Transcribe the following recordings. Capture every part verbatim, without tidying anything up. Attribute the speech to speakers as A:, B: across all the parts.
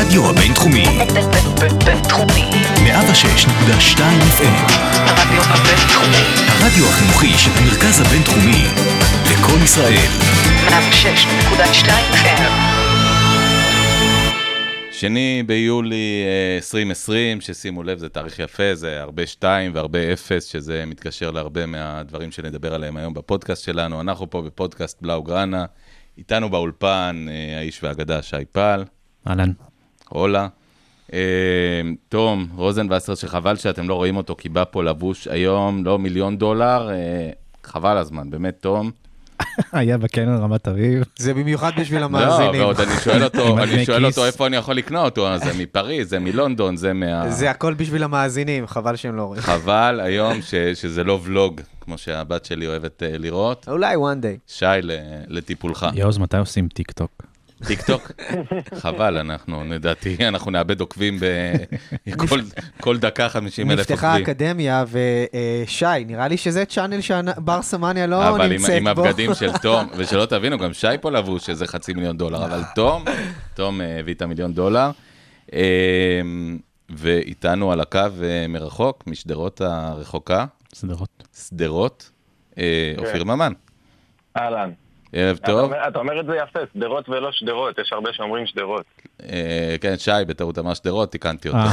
A: הרדיו הבינתחומי.
B: בינתחומי.
A: מאה ושש נקודה שתיים אף אם.
B: הרדיו הבינתחומי.
A: הרדיו החינוכי של המרכז הבינתחומי. לקול ישראל.
B: מאה ושש נקודה שתיים אף אם.
C: שני ביולי עשרים עשרים, ששימו לב, זה תאריך יפה, זה הרבה שתיים והרבה אפס, שזה מתקשר להרבה מהדברים שנדבר עליהם היום בפודקאסט שלנו. אנחנו פה בפודקאסט בלאו גרנה, איתנו באולפן, האיש והאגדה שי פל.
D: אהלן.
C: הולה. תום רוזנווסר, שחבל שאתם לא רואים אותו, כי בא פה לבוש היום, לא מיליון דולר, חבל הזמן, באמת תום.
D: היה בקניון רמת אביב.
E: זה במיוחד בשביל המאזינים.
C: לא, ועוד אני שואל אותו, אני שואל אותו איפה אני יכול לקנות אותו, זה מפריז, זה מלונדון, זה מה...
E: זה הכל בשביל המאזינים, חבל שהם לא רואים.
C: חבל היום שזה לא ולוג, כמו שהבת שלי אוהבת לראות.
E: אולי one day.
C: שי, לטיפולך.
D: יוז, מתי עושים טיק טוק?
C: טיק טוק? חבל, אנחנו, נדעתי, אנחנו נאבד עוקבים בכל דקה חמישים אלף עוקבים.
E: נפתחה האקדמיה, ושי, נראה לי שזה צ'אנל שבר סמניה לא נמצאת בו.
C: אבל עם הבגדים של תום, ושלא תבינו, גם שי פה לבוש שזה חצי מיליון דולר, אבל תום, תום הביא את המיליון דולר, ואיתנו על הקו מרחוק, משדרות הרחוקה.
D: סדרות.
C: סדרות. אופיר ממן.
F: אהלן.
C: ערב טוב.
F: אתה אומר את זה יפה, סדרות ולא שדרות, יש הרבה שאומרים שדרות.
C: כן, שי, בטעות אמר שדרות, תיקנתי אותו.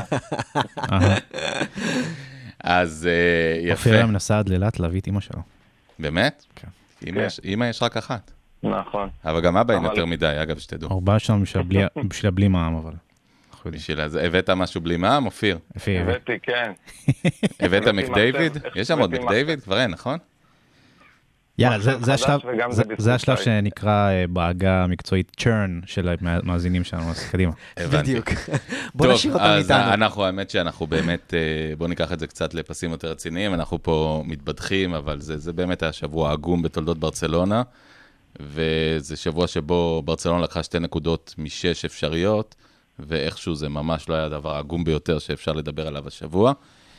C: אז יפה.
D: אופיר מנסה עד לילת להביא את אמא שלו.
C: באמת? כן. אמא יש רק אחת.
F: נכון.
C: אבל גם אבא אין יותר מדי, אגב, שתדעו.
D: ארבעה שלנו בשביל בלי מע"מ, אבל.
C: הבאת משהו בלי מע"מ, אופיר?
F: הבאתי, כן.
C: הבאת מקדייוויד? יש שם עוד מקדייוויד? כבר אין, נכון?
D: יאללה, זה השלב שנקרא בעגה המקצועית צ'רן של המאזינים שלנו, אז קדימה.
E: בדיוק. בוא נשאיר אותם איתנו.
C: טוב, אז אנחנו, האמת שאנחנו באמת, בוא ניקח את זה קצת לפסים יותר רציניים, אנחנו פה מתבדחים, אבל זה באמת היה שבוע עגום בתולדות ברצלונה, וזה שבוע שבו ברצלונה לקחה שתי נקודות משש אפשריות, ואיכשהו זה ממש לא היה הדבר העגום ביותר שאפשר לדבר עליו השבוע.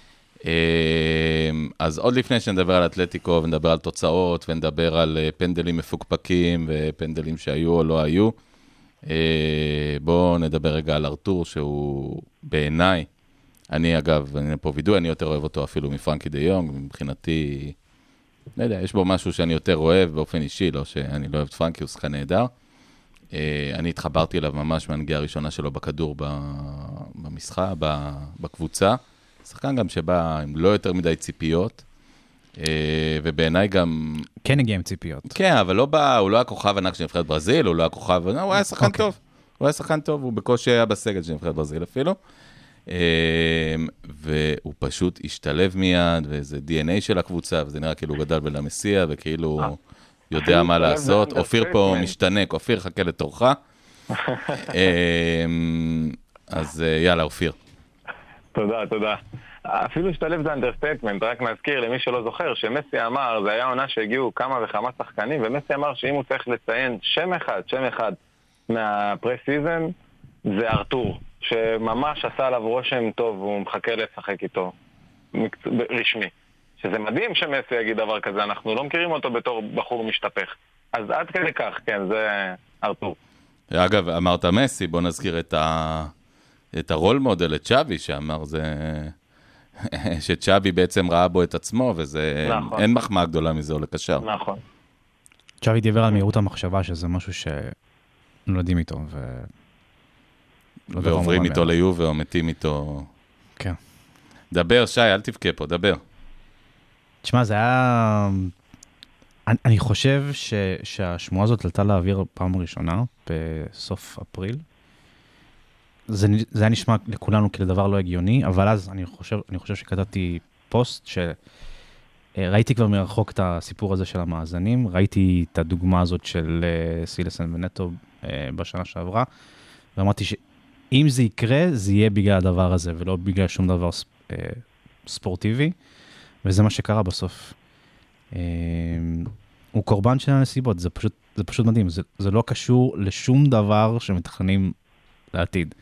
C: אז עוד לפני שנדבר על אתלטיקו ונדבר על תוצאות ונדבר על פנדלים מפוקפקים ופנדלים שהיו או לא היו, בואו נדבר רגע על ארתור, שהוא בעיניי, אני אגב, אני פה וידוי, אני יותר אוהב אותו אפילו מפרנקי דה יונג, מבחינתי, לא יודע, יש בו משהו שאני יותר אוהב באופן אישי, לא שאני לא אוהב את פרנקי, הוא שחקן נהדר. אני התחברתי אליו ממש מהנגיעה הראשונה שלו בכדור במשחק, בקבוצה, שחקן גם שבא עם לא יותר מדי ציפיות, ובעיניי גם...
D: כן הגיע עם ציפיות.
C: כן, אבל לא בא, הוא לא היה כוכב ענק של נבחרת ברזיל, הוא לא היה כוכב, הוא היה שחקן טוב. הוא היה שחקן טוב, הוא בקושי היה בסגל של נבחרת ברזיל אפילו. והוא פשוט השתלב מיד, וזה די אן איי של הקבוצה, וזה נראה כאילו הוא גדל בלמסיע, וכאילו הוא יודע מה לעשות. אופיר פה משתנק, אופיר חכה לתורך. אז יאללה, אופיר.
F: תודה, תודה. אפילו השתלב זה אנדרסטייטמנט, רק נזכיר למי שלא זוכר, שמסי אמר, זה היה עונה שהגיעו כמה וכמה שחקנים, ומסי אמר שאם הוא צריך לציין שם אחד, שם אחד מהפרי-סיזן, זה ארתור, שממש עשה עליו רושם טוב, והוא מחכה לשחק איתו רשמי. שזה מדהים שמסי יגיד דבר כזה, אנחנו לא מכירים אותו בתור בחור משתפך. אז עד כדי כך, כן, זה ארתור.
C: אגב, אמרת מסי, בוא נזכיר את ה... את הרול מודל, את צ'אבי, שאמר זה... שצ'אבי בעצם ראה בו את עצמו, וזה...
F: נכון.
C: אין מחמאה גדולה מזה או לקשר.
F: נכון.
D: צ'אבי דיבר על מהירות המחשבה, שזה משהו שנולדים איתו, ו...
C: ועוברים איתו ליובה, או מתים איתו...
D: כן.
C: דבר, שי, אל תבכה פה, דבר.
D: תשמע, זה היה... אני, אני חושב ש... שהשמועה הזאת עלתה לאוויר פעם ראשונה, בסוף אפריל, זה, זה היה נשמע לכולנו כדבר לא הגיוני, אבל אז אני חושב, אני חושב שכתבתי פוסט שראיתי כבר מרחוק את הסיפור הזה של המאזנים, ראיתי את הדוגמה הזאת של סילסן ונטו בשנה שעברה, ואמרתי שאם זה יקרה, זה יהיה בגלל הדבר הזה, ולא בגלל שום דבר ספורטיבי, וזה מה שקרה בסוף. הוא קורבן של הנסיבות, זה פשוט, זה פשוט מדהים, זה, זה לא קשור לשום דבר שמתכננים לעתיד.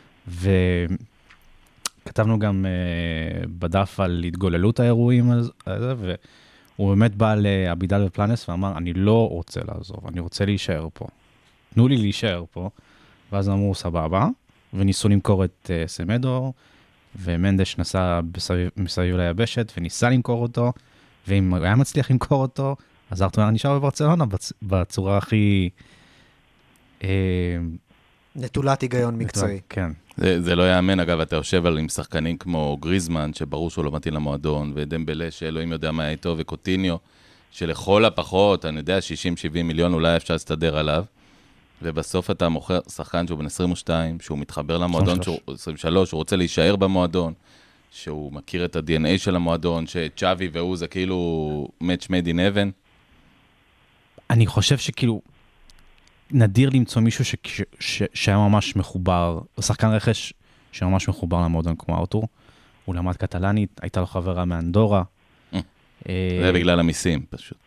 D: וכתבנו גם uh, בדף על התגוללות האירועים הזה, והוא באמת בא לאבידל ופלנס ואמר, אני לא רוצה לעזוב, אני רוצה להישאר פה. תנו לי להישאר פה. ואז אמרו, סבבה. וניסו למכור את uh, סמדו, ומנדש נסע בסביב, מסביב ליבשת, וניסה למכור אותו, ואם הוא היה מצליח למכור אותו, אז ארתור היה נשאר בברצלונה בצ... בצורה הכי... אה...
E: נטולת היגיון מקצועי.
D: כן.
C: זה, זה לא יאמן, אגב, אתה יושב על עם שחקנים כמו גריזמן, שברור שהוא לא מתאים למועדון, ודמבלה, שאלוהים יודע מה איתו, וקוטיניו, שלכל הפחות, אני יודע, שישים שבעים מיליון, אולי אפשר להסתדר עליו, ובסוף אתה מוכר שחקן שהוא בן עשרים ושתיים, שהוא מתחבר למועדון, שהוא עשרים ושלוש, הוא רוצה להישאר במועדון, שהוא מכיר את ה-די אן איי של המועדון, שצ'אבי והוא זה כאילו match made in heaven.
D: אני חושב שכאילו, נדיר למצוא מישהו ש... ש... ש... שהיה ממש מחובר, שחקן רכש שהיה ממש מחובר למועדון כמו ארתור, הוא למד קטלנית, הייתה לו חברה מאנדורה.
C: זה בגלל המיסים, פשוט.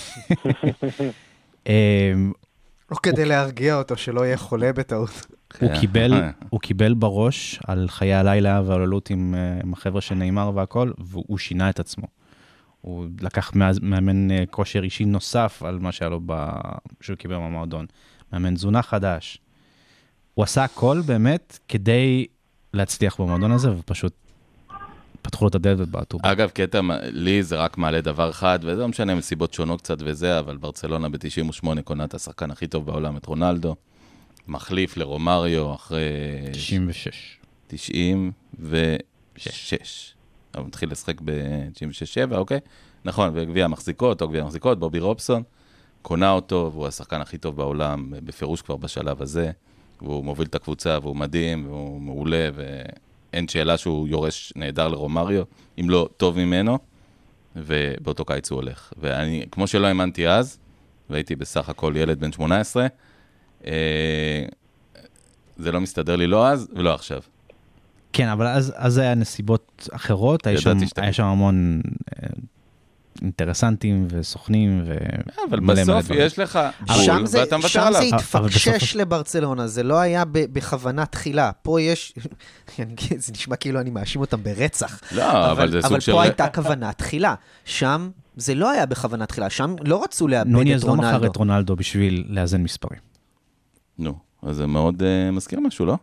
E: לא כדי להרגיע אותו, שלא יהיה חולה בטעות.
D: הוא קיבל, הוא קיבל בראש על חיי הלילה והעוללות עם, עם החבר'ה של נאמר והכל, והוא שינה את עצמו. הוא לקח מאמן כושר אישי נוסף על מה שהיה לו ב... שהוא קיבל מהמועדון. מאמן תזונה חדש. הוא עשה הכל באמת כדי להצליח במועדון הזה, ופשוט פתחו לו את הדלת ובעטו.
C: אגב, קטע, לי זה רק מעלה דבר אחד, וזה לא משנה מסיבות שונות קצת וזה, אבל ברצלונה ב-תשעים ושמונה קונה את השחקן הכי טוב בעולם, את רונלדו, מחליף לרומריו אחרי...
D: תשעים ושש.
C: תשעים ושש. אבל מתחיל לשחק ב-תשעים ושש שבע, אוקיי? נכון, וגביע המחזיקות, או גביע המחזיקות, בובי רובסון, קונה אותו, והוא השחקן הכי טוב בעולם, בפירוש כבר בשלב הזה, והוא מוביל את הקבוצה, והוא מדהים, והוא מעולה, ואין שאלה שהוא יורש נהדר לרומריו, אם לא טוב ממנו, ובאותו קיץ הוא הולך. ואני, כמו שלא האמנתי אז, והייתי בסך הכל ילד בן שמונה עשרה, זה לא מסתדר לי לא אז ולא עכשיו.
D: כן, אבל אז, אז היה נסיבות אחרות, היה שם, היה שם המון אה, אינטרסנטים וסוכנים ו...
C: אבל בסוף יש לך בול, ואתה מוותר עליו.
E: שם זה התפקשש לברצלונה, זה לא היה בכוונה תחילה. פה יש, זה נשמע כאילו אני מאשים אותם ברצח.
C: לא, אבל זה סוג של...
E: אבל פה הייתה כוונה תחילה. שם זה לא היה בכוונה תחילה, שם לא רצו לאבד את רונלדו.
D: נוניאז לא מכר את רונלדו בשביל לאזן מספרים.
C: נו, אז זה מאוד uh, מזכיר משהו, לא?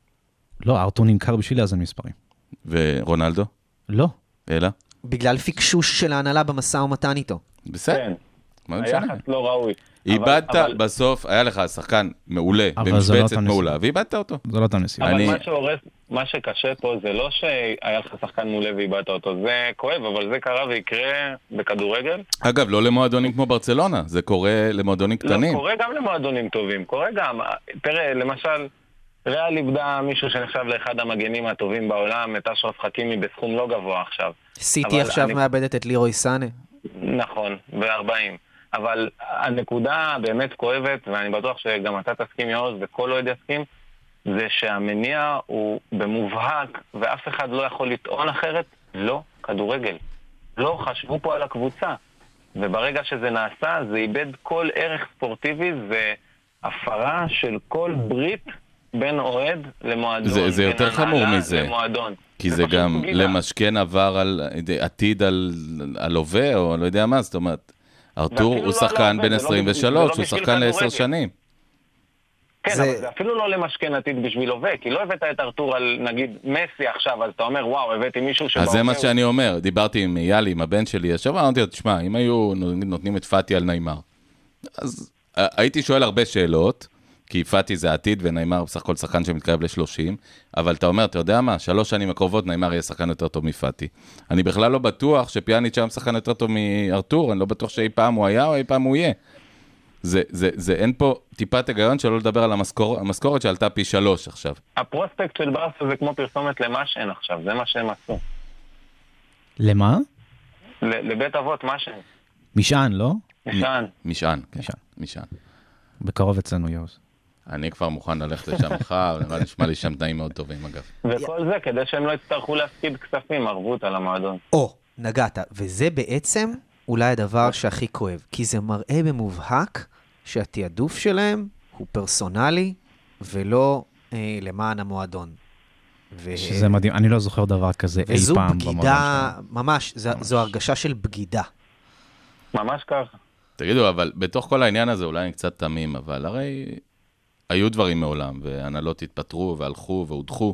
D: לא, ארתור נמכר בשביל לאזן מספרים.
C: ורונלדו?
D: לא.
C: אלא?
E: בגלל פיקשוש של ההנהלה במשא ומתן איתו.
C: בסדר.
F: כן.
C: מה משנה?
F: היחס לא ראוי.
C: איבדת
F: אבל-
C: בסוף, היה לך שחקן מעולה,
D: אבל זה לא
C: במשבצת
D: אותם
C: מעולה, ואיבדת אותו.
D: זה לא אותם נסיבות.
F: אבל
C: אני-
F: מה שהורס, מה שקשה פה זה לא שהיה לך שחקן מעולה ואיבדת אותו, זה כואב, אבל זה קרה ויקרה בכדורגל.
C: אגב, לא למועדונים כמו ברצלונה, זה קורה למועדונים
F: לא,
C: קטנים.
F: קורה גם למועדונים טובים, קורה גם. תראה, למשל, ריאל איבדה מישהו שנחשב לאחד המגנים הטובים בעולם, את אשרף חכימי בסכום לא גבוה עכשיו.
E: סיטי
F: אבל
E: עכשיו
F: אני-
E: מאבדת את לירוי סאנה.
F: נכון, ב-ארבעים. אבל הנקודה באמת כואבת, ואני בטוח שגם אתה תסכים יעוז וכל אוהד יסכים, זה שהמניע הוא במובהק, ואף אחד לא יכול לטעון אחרת, לא כדורגל. לא חשבו פה על הקבוצה. וברגע שזה נעשה, זה איבד כל ערך ספורטיבי, זה הפרה של כל ברית בין אוהד למועדון.
C: זה- זה
F: בין
C: יותר חמור
F: הנהלה
C: מזה.
F: למועדון.
C: כי זה
F: פשוט
C: גם
F: בגידה.
C: למשכן עבר על עתיד על על הווה, או לא יודע מה, זאת אומרת, ארתור
F: ואפילו
C: הוא
F: לא על
C: שחקן
F: ההווה,
C: בן
F: זה לא
C: עשרים
F: בשביל-
C: ושלוש,
F: זה לא
C: הוא
F: בשביל
C: שחקן לעשר
F: כדורגל.
C: שנים.
F: כן,
E: זה-
F: אבל זה אפילו לא למשכן עתיד בשביל הווה, כי לא הבאת את ארתור על, נגיד, מסי עכשיו, אז אתה אומר, וואו, הבאתי מישהו שבהווה...
C: אז זה מה
F: הוא-
C: שאני אומר, דיברתי עם יאלי, עם הבן שלי, עכשיו אמרתי לו, תשמע, אם היו נותנים את פאטי על ניימר, אז אה, הייתי שואל הרבה שאלות, כי פאטי זה העתיד, וניימר בסך הכל שחקן שמתקרב ל-שלושים, אבל אתה אומר, אתה יודע מה, שלוש שנים הקרובות ניימר יהיה שחקן יותר טוב מפאטי. אני בכלל לא בטוח שפיאניץ' שם שחקן יותר טוב מארתור, אני לא בטוח שאי פעם הוא היה או אי פעם הוא יהיה. זה, זה, זה, אין פה טיפת היגיון שלא לדבר על המשכורת, המשכורת שעלתה פי שלוש עכשיו.
F: הפרוספקט של ברסה זה כמו פרסומת למשן עכשיו, זה מה שהם עשו.
D: למה?
F: ל- לבית אבות משן,
D: משען, לא?
F: משען.
C: משען, כן,
D: משען.
C: משען.
D: בקרוב אצלנו, יוז.
C: אני כבר מוכן ללכת לשם מחר, אבל נשמע לי שם תנאים מאוד טובים, אגב.
F: וכל זה כדי שהם לא יצטרכו להפקיד כספים, ערבות על המועדון.
E: או, נגעת. וזה בעצם אולי הדבר שהכי כואב. כי זה מראה במובהק שהתיעדוף שלהם הוא פרסונלי, ולא אה, למען המועדון. ו...
D: שזה מדהים, אני לא זוכר דבר כזה אי
E: וזו
D: פעם
E: בגידה, ממש, זו, זו הרגשה של בגידה.
F: ממש ככה.
C: תגידו, אבל בתוך כל העניין הזה אולי אני קצת תמים, אבל הרי היו דברים מעולם, והנהלות התפטרו והלכו והודחו.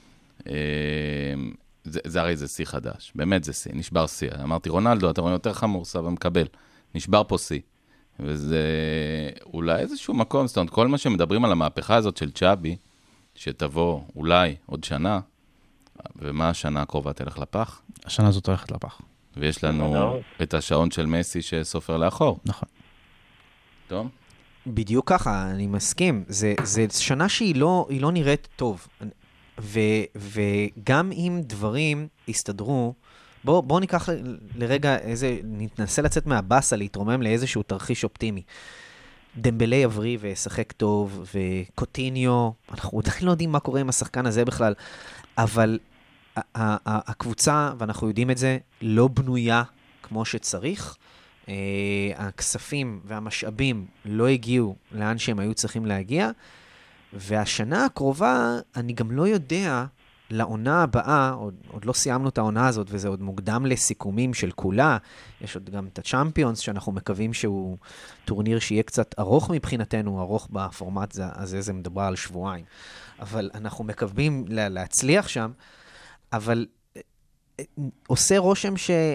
C: זה, זה הרי זה שיא חדש, באמת זה שיא, נשבר שיא. אמרתי, רונלדו, אתה רואה יותר חמור, סבא מקבל. נשבר פה שיא. וזה אולי איזשהו מקום, זאת אומרת, כל מה שמדברים על המהפכה הזאת של צ'אבי, שתבוא אולי עוד שנה, ומה השנה הקרובה תלך לפח?
D: השנה הזאת הולכת לפח.
C: ויש לנו את השעון של מסי שסופר לאחור.
D: נכון.
C: טוב?
E: בדיוק ככה, אני מסכים. זה, זה שנה שהיא לא, היא לא נראית טוב. ו, וגם אם דברים הסתדרו, בוא, בוא ניקח לרגע איזה, ננסה לצאת מהבאסה, להתרומם לאיזשהו תרחיש אופטימי. דמבלי יבריא וישחק טוב, וקוטיניו, אנחנו עדיין לא יודעים מה קורה עם השחקן הזה בכלל, אבל הקבוצה, ואנחנו יודעים את זה, לא בנויה כמו שצריך. הכספים והמשאבים לא הגיעו לאן שהם היו צריכים להגיע, והשנה הקרובה, אני גם לא יודע, לעונה הבאה, עוד, עוד לא סיימנו את העונה הזאת, וזה עוד מוקדם לסיכומים של כולה, יש עוד גם את הצ'אמפיונס, שאנחנו מקווים שהוא טורניר שיהיה קצת ארוך מבחינתנו, ארוך בפורמט הזה, זה מדבר על שבועיים. אבל אנחנו מקווים לה, להצליח שם, אבל עושה רושם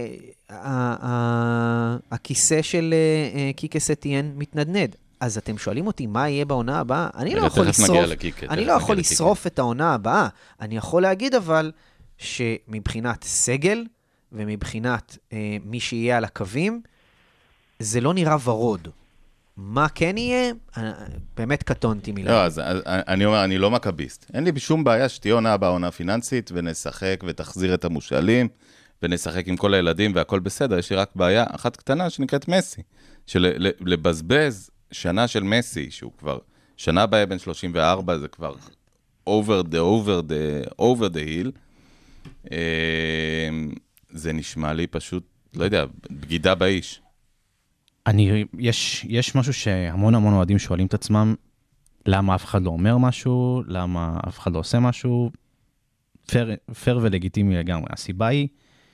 E: שהכיסא של קיקה סטיאן מתנדנד. אז אתם שואלים אותי מה יהיה בעונה הבאה? אני לא יכול לשרוף, אני לא יכול לשרוף את העונה הבאה. אני יכול להגיד אבל שמבחינת סגל ומבחינת אה, מי שיהיה על הקווים, זה לא נראה ורוד. מה כן יהיה? באמת קטונתי מילה.
C: לא, אז אני אומר, אני לא מקביסט. אין לי שום בעיה שתהיה עונה הבאה עונה פיננסית, ונשחק ותחזיר את המושאלים, ונשחק עם כל הילדים והכל בסדר. יש לי רק בעיה אחת קטנה שנקראת מסי, שלבזבז שנה של מסי, שהוא כבר, שנה הבאה בין שלושים וארבע, זה כבר over the, over the, over the hill, זה נשמע לי פשוט, לא יודע, בגידה באיש.
D: אני, יש, יש משהו שהמון המון אוהדים שואלים את עצמם, למה אף אחד לא אומר משהו, למה אף אחד לא עושה משהו, פייר, פייר ולגיטימי לגמרי. הסיבה היא,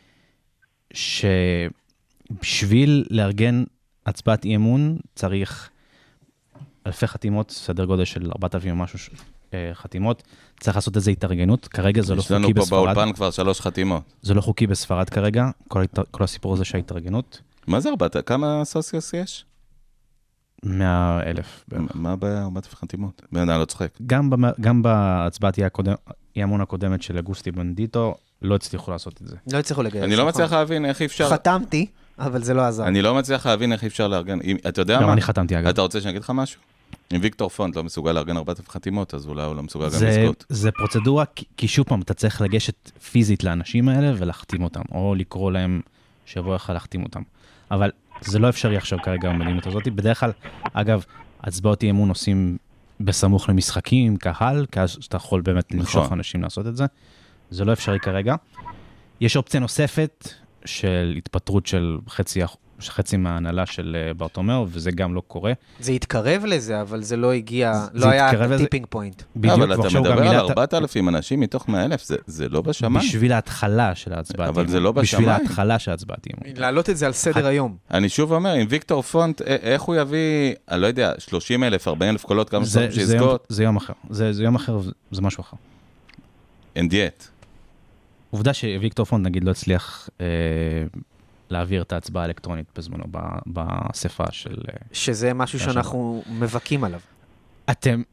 D: שבשביל לארגן הצבעת אי אמון, צריך אלפי חתימות, סדר גודל של ארבעת אלפים ומשהו חתימות, צריך לעשות איזו התארגנות, כרגע זה לא חוקי בספרד. יש לנו פה
C: באולפן כבר שלוש חתימות.
D: זה לא חוקי בספרד כרגע, כל, כל הסיפור הזה שההתארגנות.
C: מה זה ארבעת? כמה סוציוס יש?
D: מאה אלף.
C: מה הבעיה ארבעת אלפים חתימות? בן אדם לא צוחק.
D: גם, גם בהצבעת אי אמון הקודמת של אגוסטי בנדיטו, לא הצליחו לעשות את זה.
E: לא הצליחו לגייס.
C: אני לא מצליח להבין איך אפשר...
E: חתמתי, אבל זה לא עזר.
C: אני לא מצליח להבין איך אפשר לארגן. אתה יודע מה?
D: גם אני חתמתי אגב.
C: אתה רוצה שאני אגיד לך משהו? אם ויקטור פונט לא מסוגל לארגן ארבעת אלפים חתימות, אז אולי הוא לא מסוגל גם לזכות.
D: זה פרוצדורה, כי שוב פעם, אתה צריך לגשת פיזית לאנשים האלה ולהחתים אותם, או לקרוא להם שבוע אחד להחתים אותם. אבל זה לא אפשרי עכשיו כרגע במדינות הזאת. בדרך כלל, אגב, הצבעות אי אמון עושים בסמוך למשחקים, קהל, כי אז אתה יכול באמת למשוך אנשים לעשות את זה. זה לא אפשרי כרגע. יש אופציה נוספת של התפטרות של חצי, חצי מההנהלה של ברטומאו, וזה גם לא קורה.
E: זה התקרב לזה, אבל זה לא הגיע, לא היה טיפינג פוינט.
C: בדיוק, אבל אתה מדבר על ארבעת אלפים אנשים מתוך מאה אלף, זה, זה לא בשמיים.
D: בשביל ההתחלה של ההצבעה.
C: אבל זה לא בשמיים.
D: בשביל ההתחלה של ההצבעה.
E: להעלות את זה על סדר היום.
C: אני שוב אומר, עם ויקטור פונט, איך הוא יביא, אני לא יודע, שלושים אלף, ארבעים אלף קולות, כמה סוף שיזכות?
D: זה יום אחר. זה יום אחר, זה משהו אחר.
C: And yet.
D: עובדה שוויקטור פונט, נגיד, לא הצליח להעביר את ההצבעה האלקטרונית בזמנו, בספה של...
E: שזה משהו שאנחנו מבקים עליו.
D: אתם...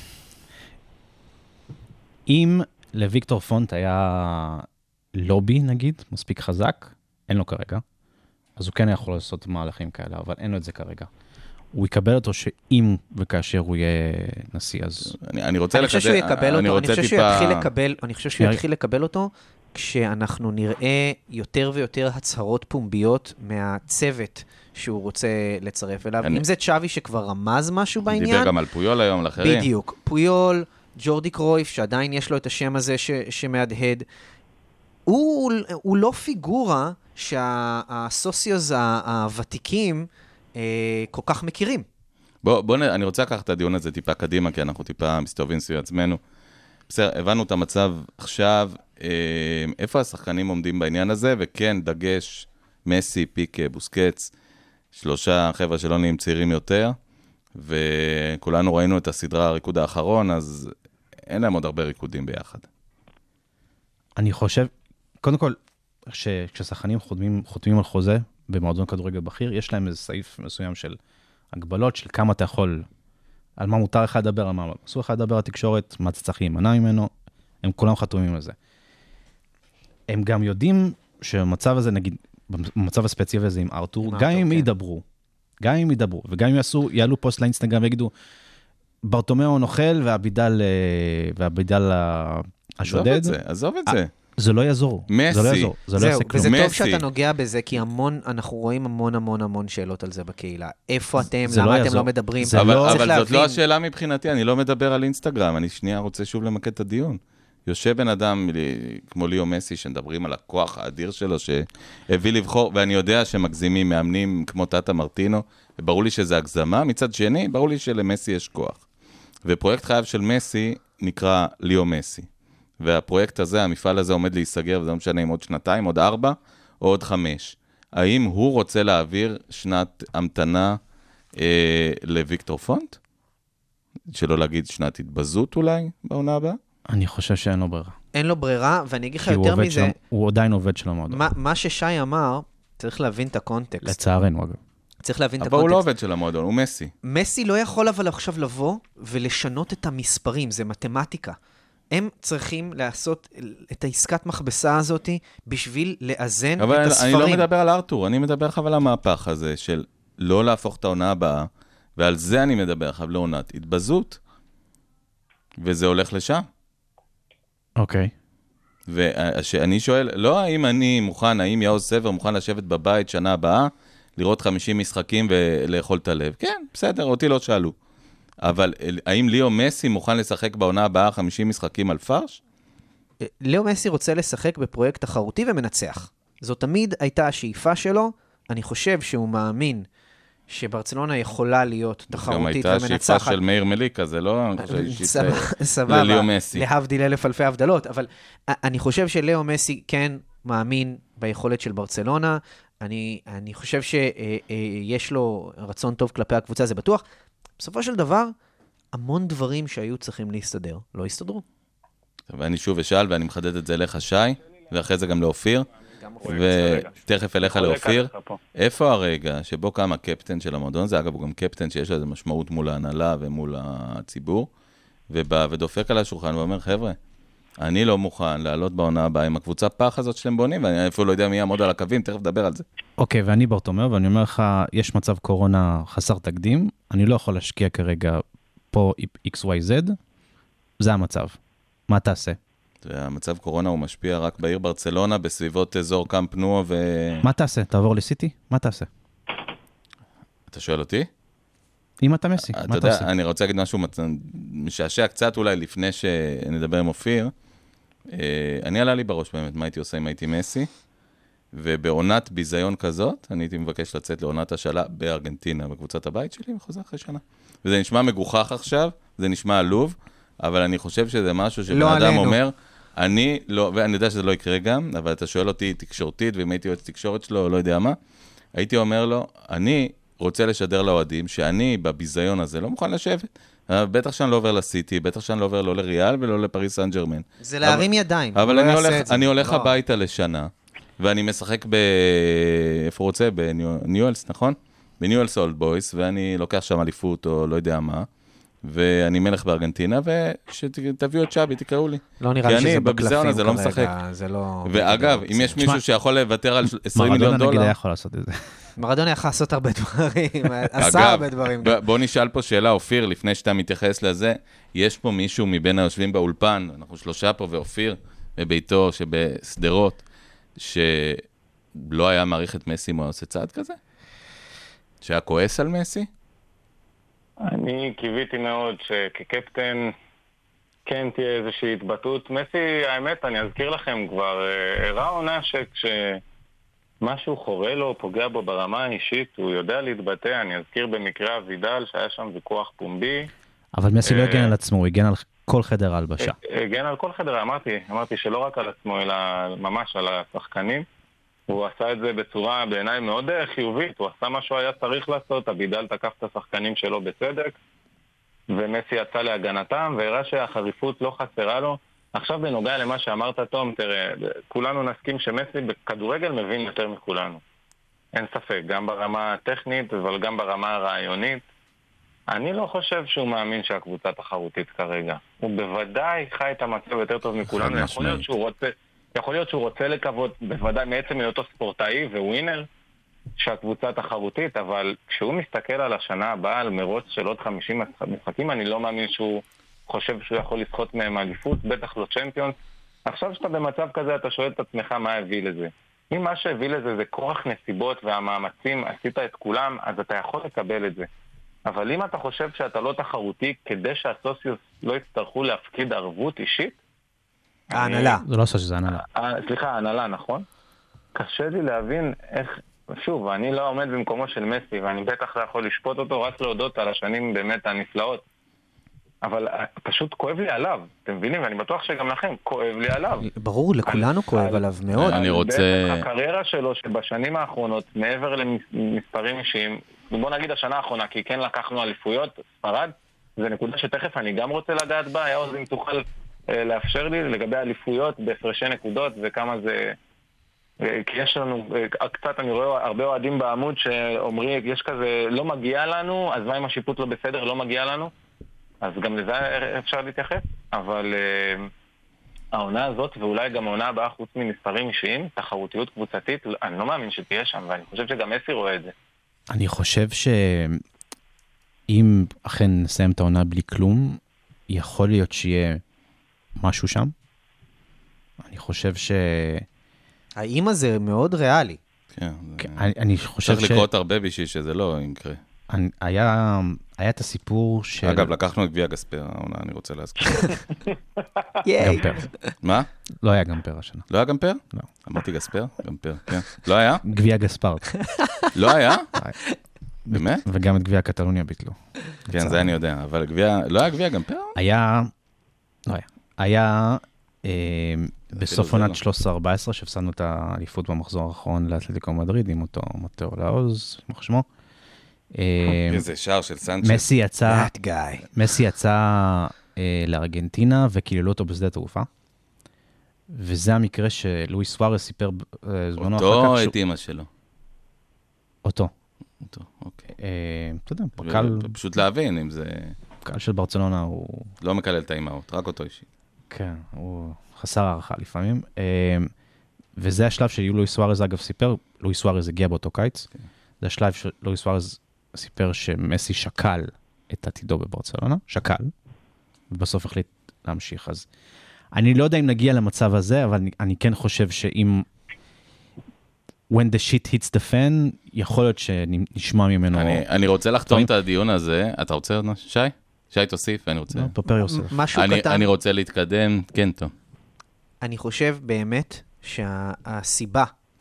D: אם לוויקטור פונט היה לובי, נגיד, מספיק חזק, אין לו כרגע, אז הוא כן יכול לעשות מהלכים כאלה, אבל אין לו את זה כרגע. הוא יקבל אותו שאם וכאשר הוא יהיה נשיא, אז...
C: אני רוצה
E: לחדד... אני חושב שהוא יקבל אותו, אני חושב שהוא יתחיל לקבל, אני חושב שהוא יתחיל לקבל אותו, כשאנחנו נראה יותר ויותר הצהרות פומביות מהצוות שהוא רוצה לצרף אליו. אם זה צ'אבי שכבר רמז משהו בעניין.
C: דיבר גם על פויול היום, לאחרים.
E: בדיוק. פויול, ג'ורדי קרויף, שעדיין יש לו את השם הזה ש, שמהדהד. הוא, הוא לא פיגורה שהסוציוז הוותיקים אה, כל כך מכירים.
C: בוא, בוא, אני רוצה לקחת את הדיון הזה טיפה קדימה, כי אנחנו טיפה מסתובבים סביב עצמנו. בסדר, הבנו את המצב עכשיו, איפה השחקנים עומדים בעניין הזה, וכן, דגש, מסי, פיק, בוסקץ, שלושה חבר'ה שלא נהיים צעירים יותר, וכולנו ראינו את הסדרה הריקוד האחרון, אז אין להם עוד הרבה ריקודים ביחד.
D: אני חושב, קודם כל, כששחקנים חותמים, חותמים על חוזה במועדון כדורגל בכיר, יש להם איזה סעיף מסוים של הגבלות, של כמה אתה יכול, על מה מותר לך לדבר, על מה אסור לך לדבר על תקשורת, מה אתה צריך להימנע ממנו, הם כולם חתומים על זה. הם גם יודעים שבמצב הזה, נגיד, במצב הספציפי הזה עם ארתור, גם אם ידברו, גם אם ידברו, וגם אם יעשו, יעלו פוסט לאינסטגרם ויגידו, ברטומיאו נוכל והבידל, והבידל השודד.
C: עזוב את זה, עזוב את זה.
D: זה לא יעזור.
C: מסי.
D: זה לא יעזור, זה לא יעשה כלום.
E: וזה טוב שאתה נוגע בזה, כי המון, אנחנו רואים המון המון המון שאלות על זה בקהילה. איפה אתם, למה אתם לא מדברים?
C: אבל זאת לא השאלה מבחינתי, אני לא מדבר על אינסטגרם, אני שנייה רוצה שוב למקד את הדיון. יושב בן אדם כמו ליאו מסי, שמדברים על הכוח האדיר שלו, שהביא לבחור, ואני יודע שמגזימים מאמנים כמו טאטה מרטינו, וברור לי שזה הגזמה, מצד שני, ברור לי שלמסי יש כוח. ופרויקט חייו של מסי נקרא ליאו מסי. והפרויקט הזה, המפעל הזה עומד להיסגר, וזה לא משנה אם עוד שנתיים, עוד ארבע, או עוד חמש. האם הוא רוצה להעביר שנת המתנה אה, לוויקטור פונט? שלא להגיד שנת התבזות אולי, בעונה הבאה?
D: אני חושב שאין לו ברירה.
E: אין לו ברירה, ואני אגיד לך יותר מזה...
D: שם, הוא עדיין עובד של המועדון.
E: מה, מה ששי אמר, צריך להבין את הקונטקסט.
D: לצערנו, אגב.
E: צריך להבין את
C: הקונטקסט. אבל הוא לא עובד של המועדון, הוא מסי.
E: מסי לא יכול אבל עכשיו לבוא ולשנות את המספרים, זה מתמטיקה. הם צריכים לעשות את העסקת מכבסה הזאת בשביל לאזן את הספרים.
C: אבל אני לא מדבר על ארתור, אני מדבר לך על המהפך הזה של לא להפוך את העונה הבאה, ועל זה אני מדבר לך לעונת התבזות, וזה הולך לשם.
D: אוקיי.
C: ואני שואל, לא האם אני מוכן, האם יאוז סבר מוכן לשבת בבית שנה הבאה, לראות חמישים משחקים ולאכול את הלב? כן, בסדר, אותי לא שאלו. אבל האם ליאו מסי מוכן לשחק בעונה הבאה חמישים משחקים על פרש?
E: ליאו מסי רוצה לשחק בפרויקט תחרותי ומנצח. זו תמיד הייתה השאיפה שלו. אני חושב שהוא מאמין שברצלונה יכולה להיות תחרותית ומנצחת.
C: גם הייתה השאיפה של מאיר מליקה, זה לא
E: סבבה, לליאו מסי. להבדיל אלף אלפי הבדלות, אבל אני חושב שליאו מסי כן מאמין ביכולת של ברצלונה. אני, אני חושב שיש לו רצון טוב כלפי הקבוצה, זה בטוח. בסופו של דבר, המון דברים שהיו צריכים להסתדר, לא הסתדרו.
C: ואני שוב אשאל, ואני מחדד את זה אליך שי, ואחרי זה גם לאופיר, ותכף אליך לאופיר. איפה הרגע שבו קם הקפטן של המועדון, זה אגב הוא גם קפטן שיש לו משמעות מול ההנהלה ומול הציבור, ובא ודופק על השולחן ואומר, חבר'ה, אני לא מוכן לעלות בעונה הבאה עם הקבוצה פח הזאת שאתם בונים, ואני אפילו לא יודע מי יעמוד על הקווים, תכף נדבר על זה.
D: אוקיי, ואני ברטומיאו, ואני אומר לך, יש מצב קורונה חסר תקדים, אני לא יכול להשקיע כרגע פה אקס וואי זד, זה המצב. מה תעשה?
C: המצב קורונה הוא משפיע רק בעיר ברצלונה, בסביבות אזור קאמפ נו ו...
D: מה תעשה? תעבור לסיטי? מה תעשה?
C: אתה שואל אותי?
D: אם אתה מסי, מה אתה
C: יודע,
D: עושה?
C: אני רוצה להגיד משהו משעשע קצת אולי לפני שנדבר עם אופיר. אני עלה לי בראש באמת, מה הייתי עושה אם הייתי מסי, ובעונת ביזיון כזאת, אני הייתי מבקש לצאת לעונת השאלה בארגנטינה, בקבוצת הבית שלי, וחוזר אחרי שנה. וזה נשמע מגוחך עכשיו, זה נשמע עלוב, אבל אני חושב שזה משהו שבן אדם אומר, אני לא, ואני יודע שזה לא יקרה גם, אבל אתה שואל אותי תקשורתית, ואם הייתי יועץ תקשורת שלו, לא יודע מה, הייתי אומר לו, אני רוצה לשדר לאוהדים, שאני בביזיון הזה לא מוכן לשבת. בטח שאני לא עובר לסיטי, בטח שאני לא עובר לא לריאל ולא לפריס סן ג'רמן.
E: זה להרים ידיים.
C: אבל אני הולך, אני הולך הביתה לשנה, ואני משחק ב... איפה הוא רוצה? בניואלס, נכון? בניואלס אולד בויס, ואני לוקח שם אליפות או לא יודע מה, ואני מלך בארגנטינה, ושתביאו את שבי, תקראו לי.
E: לא נראה לי שזה
C: בקלפים כרגע,
E: זה לא...
C: ואגב, אם יש מישהו שיכול לוותר על עשרים מיליון דולר...
D: מרדונה נגיד היה יכול לעשות את זה.
E: מרדונה יכול לעשות הרבה דברים, עשה הרבה דברים.
C: בוא נשאל פה שאלה, אופיר, לפני שאתה מתייחס לזה, יש פה מישהו מבין היושבים באולפן, אנחנו שלושה פה, ואופיר בביתו שבסדרות, שלא היה מעריך את מסי, מה עושה צעד כזה? שהיה כועס על מסי?
F: אני קיוויתי מאוד שכקפטן כן תהיה איזושהי התבטאות. מסי, האמת, אני אזכיר לכם כבר, הראה עונה שמשהו חורה לו, פוגע בו ברמה האישית, הוא יודע להתבטא. אני אזכיר במקרה אבידל שהיה שם ויכוח פומבי.
D: אבל מסי לא הגן על עצמו, הוא הגן על כל חדר הלבשה.
F: הגן על כל חדר, אמרתי, אמרתי שלא רק על עצמו, אלא ממש על השחקנים. הוא עשה את זה בצורה בעיניי מאוד חיובית, הוא עשה מה שהוא היה צריך לעשות, אבידל תקף את השחקנים שלו בצדק, ומסי יצא להגנתם, והראה שהחריפות לא חסרה לו. עכשיו בנוגע למה שאמרת, תום, תראה, כולנו נסכים שמסי בכדורגל מבין יותר מכולנו. אין ספק, גם ברמה הטכנית, אבל גם ברמה הרעיונית. אני לא חושב שהוא מאמין שהקבוצה תחרותית כרגע. הוא בוודאי חי את המצב יותר טוב מכולנו. יכול להיות שהוא רוצה, יכול להיות שהוא רוצה לקוות, בוודאי מעצם היותו ספורטאי וווינר, שהקבוצה תחרותית, אבל כשהוא מסתכל על השנה הבאה, על מרוץ של עוד חמישים משחקים, אני לא מאמין שהוא חושב שהוא יכול לזכות מהם אליפות, בטח לא צ'מפיונס. עכשיו שאתה במצב כזה, אתה שואל את עצמך מה הביא לזה. אם מה שהביא לזה זה כורח נסיבות והמאמצים, עשית את כולם, אז אתה יכול לקבל את זה. אבל אם אתה חושב שאתה לא תחרותי, כדי שהסוציוס לא יצטרכו להפקיד ערבות אישית?
E: ההנהלה.
D: זה לא עושה שזה הנהלה.
F: סליחה, ההנהלה, נכון? קשה לי להבין איך, שוב, אני לא עומד במקומו של מסי, ואני בטח לא יכול לשפוט אותו, רק להודות על השנים באמת הנפלאות. אבל פשוט כואב לי עליו, אתם מבינים? ואני בטוח שגם לכם כואב לי עליו.
E: ברור, לכולנו כואב עליו מאוד.
C: אני רוצה...
F: הקריירה שלו שבשנים האחרונות, מעבר למספרים אישיים, בוא נגיד השנה האחרונה, כי כן לקחנו אליפויות, ספרד, זה נקודה שתכף אני גם רוצה לגעת בה, היה עוד אם תוכל לאפשר לי לגבי אליפויות בהפרשי נקודות וכמה זה... כי יש לנו, קצת אני רואה הרבה אוהדים בעמוד שאומרים, יש כזה, לא מגיע לנו, אז מה אם השיפוט לא בסדר, לא מגיע לנו? אז גם לזה אפשר להתייחס, אבל uh, העונה הזאת, ואולי גם העונה הבאה חוץ ממספרים אישיים, תחרותיות קבוצתית, אני לא מאמין שתהיה שם, ואני חושב שגם מסי רואה את זה.
D: אני חושב שאם אכן נסיים את העונה בלי כלום, יכול להיות שיהיה משהו שם. אני חושב ש...
E: האם הזה מאוד ריאלי.
C: כן.
D: אני, אני חושב ש...
C: צריך לקרות הרבה בשביל שזה לא יקרה.
D: אני, היה, היה את הסיפור של...
C: אגב, לקחנו את גביע גספר, העונה, אני רוצה להזכיר.
D: גמפר.
C: מה?
D: לא היה גמפר השנה.
C: לא היה גמפר?
D: לא.
C: אמרתי גספר? גמפר, כן. לא היה?
D: גביע גספרט.
C: לא היה? באמת?
D: וגם את גביע קטלוניה ביטלו.
C: כן, זה אני יודע, אבל גביע... לא היה גביע גמפר?
D: היה... לא היה. היה... בסוף עונת שלוש עשרה ארבע עשרה, שהפסדנו את האליפות במחזור האחרון לאתלטיקו מדריד, עם אותו מתאו לאוז, מה שמו.
C: איזה שער של סנצ'ס.
D: מסי יצא,
E: That guy.
D: מסי יצא לארגנטינה, וקיללו אותו בשדה התעופה. וזה המקרה שלואיס סוארס סיפר זמנו אחר כך.
C: אותו את אמא שלו.
D: אותו.
C: אותו, אוקיי.
D: אתה יודע, פקל...
C: פשוט להבין אם זה...
D: פקל של ברצלונה הוא...
C: לא מקלל את האימהות, רק אותו אישי. כן,
D: הוא חסר הערכה לפעמים. וזה השלב שלואיס סוארז אגב סיפר, לואיס סוארז הגיע באותו קיץ. זה השלב שלואיס סוארז סיפר שמסי שקל את עתידו בברצלונה, שקל, ובסוף החליט להמשיך. אז אני לא יודע אם נגיע למצב הזה, אבל אני, אני כן חושב שאם when the shit hits the fan, יכול להיות שנשמע ממנו...
C: אני, אני רוצה לחתום את הדיון הזה. אתה רוצה עוד משהו? שי? שי תוסיף, אני רוצה...
D: לא, פפר יוסף.
E: משהו
C: אני,
E: קטן.
C: אני רוצה להתקדם, כן, טוב.
E: אני חושב באמת שהסיבה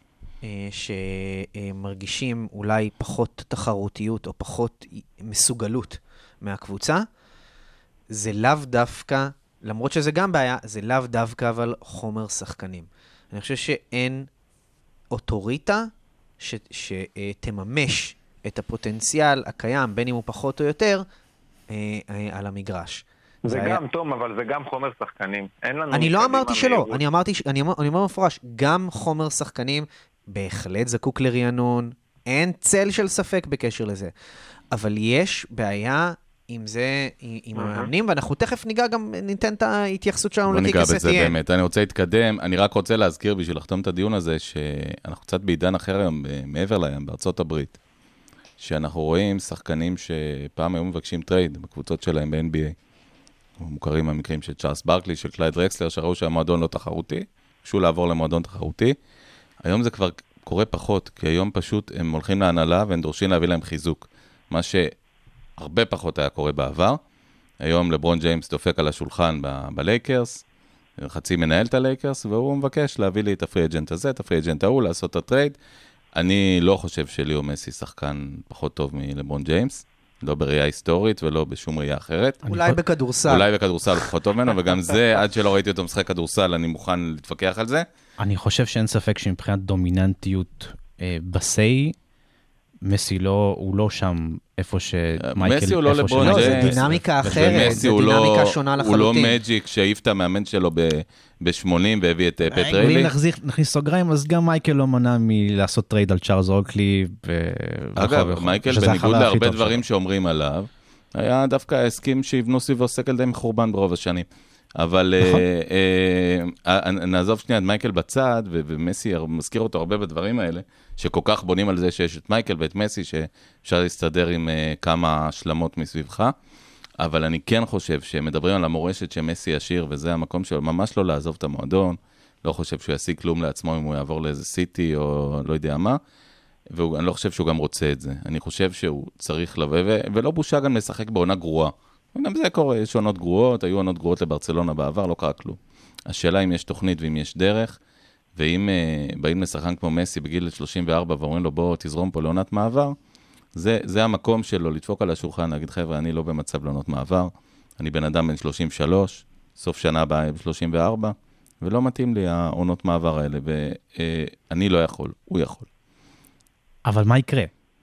E: שמרגישים אולי פחות תחרותיות או פחות מסוגלות מהקבוצה, זה לאו דווקא, למרות שזה גם בעיה, זה לאו דווקא אבל חומר שחקנים. אני חושב שאין אוטוריטה ש, שתממש את הפוטנציאל הקיים, בין אם הוא פחות או יותר, על המגרש.
F: זה, זה גם, היה... תום, אבל זה גם חומר שחקנים. אין לנו...
E: אני לא אמרתי שלא, אני אמרתי, אני אומר, אני אומר מפורש, גם חומר שחקנים בהחלט זקוק לרענון, אין צל של ספק בקשר לזה. אבל יש בעיה עם זה, עם המאמנים, ואנחנו תכף ניגע גם, ניתן את ההתייחסות שלנו לקיקה סטיה.
C: בזה באמת. אני רוצה להתקדם, אני רק רוצה להזכיר בשביל לחתום את הדיון הזה, שאנחנו קצת בעידן אחר היום, מעבר לים, בארצות הברית, שאנחנו רואים שחקנים שפעם היו מבקשים טרייד בקבוצות שלהם ב-אן בי איי. מוכרים המקרים של צ'ארלס ברקלי, של קלייד רקסלר, שראו שהמועדון לא תחרותי, שהוא לעבור למועדון תחרותי. היום זה כבר קורה פחות, כי היום פשוט הם הולכים להנהלה והם דורשים להביא להם חיזוק. מה שהרבה פחות היה קורה בעבר. היום לברון ג'יימס דופק על השולחן ב- בלייקרס, חצי מנהל את הלייקרס, והוא מבקש להביא לי את הפרי אג'נט הזה, את הפרי אג'נט ההוא, לעשות את הטרייד. אני לא חושב שליאו מסי שחקן פחות טוב מלברון ג'יימס. לא בראייה היסטורית ולא בשום ראייה אחרת.
E: אולי בכדורסל.
C: אולי בכדורסל לפחות טוב ממנו, וגם זה, עד שלא ראיתי אותו משחק כדורסל, אני מוכן להתווכח על זה.
D: אני חושב שאין ספק שמבחינת דומיננטיות אה, בסי, מסי לא, הוא לא שם איפה שמייקל...
C: מסי הוא לא לברון
E: לא, זה
C: ג'יימס.
E: דינמיקה אחרת, זה
C: הוא
E: דינמיקה
C: לא,
E: שונה
C: הוא
E: לחלוטין.
C: לא מג'יק שהעיף את המאמן שלו ב-שמונים והביא את פט ריילי.
D: אם נכניס סוגריים, אז גם מייקל לא מנע מלעשות טרייד על צ'ארלס אוקלי.
C: אגב, מייקל, בניגוד להרבה דברים שאומרים עליו, היה דווקא הסכים שיבנו סביבו סגל די מחורבן ברוב השנים. אבל נעזוב שנייה את מייקל בצד, ומסי מזכיר אותו הרבה בדברים האלה, שכל כך בונים על זה שיש את מייקל ואת מסי, שאפשר להסתדר עם כמה השלמות מסביבך. אבל אני כן חושב שמדברים על המורשת שמסי ישיר, וזה המקום שלו, ממש לא לעזוב את המועדון, לא חושב שהוא ישיג כלום לעצמו אם הוא יעבור לאיזה סיטי או לא יודע מה, ואני לא חושב שהוא גם רוצה את זה. אני חושב שהוא צריך לבוא, ולא בושה גם לשחק בעונה גרועה. וגם זה קורה, יש עונות גרועות, היו עונות גרועות לברצלונה בעבר, לא קרה כלום. השאלה אם יש תוכנית ואם יש דרך, ואם uh, באים לשחקן כמו מסי בגיל שלושים וארבע ואומרים לו בוא תזרום פה לעונת מעבר, זה, זה המקום שלו לדפוק על השולחן, להגיד חבר'ה, אני לא במצב לעונות מעבר, אני בן אדם בן שלושים ושלוש, סוף שנה הבאה ב-שלושים וארבע, ולא מתאים לי העונות מעבר האלה, ואני uh, לא יכול, הוא יכול.
D: אבל מה יקרה?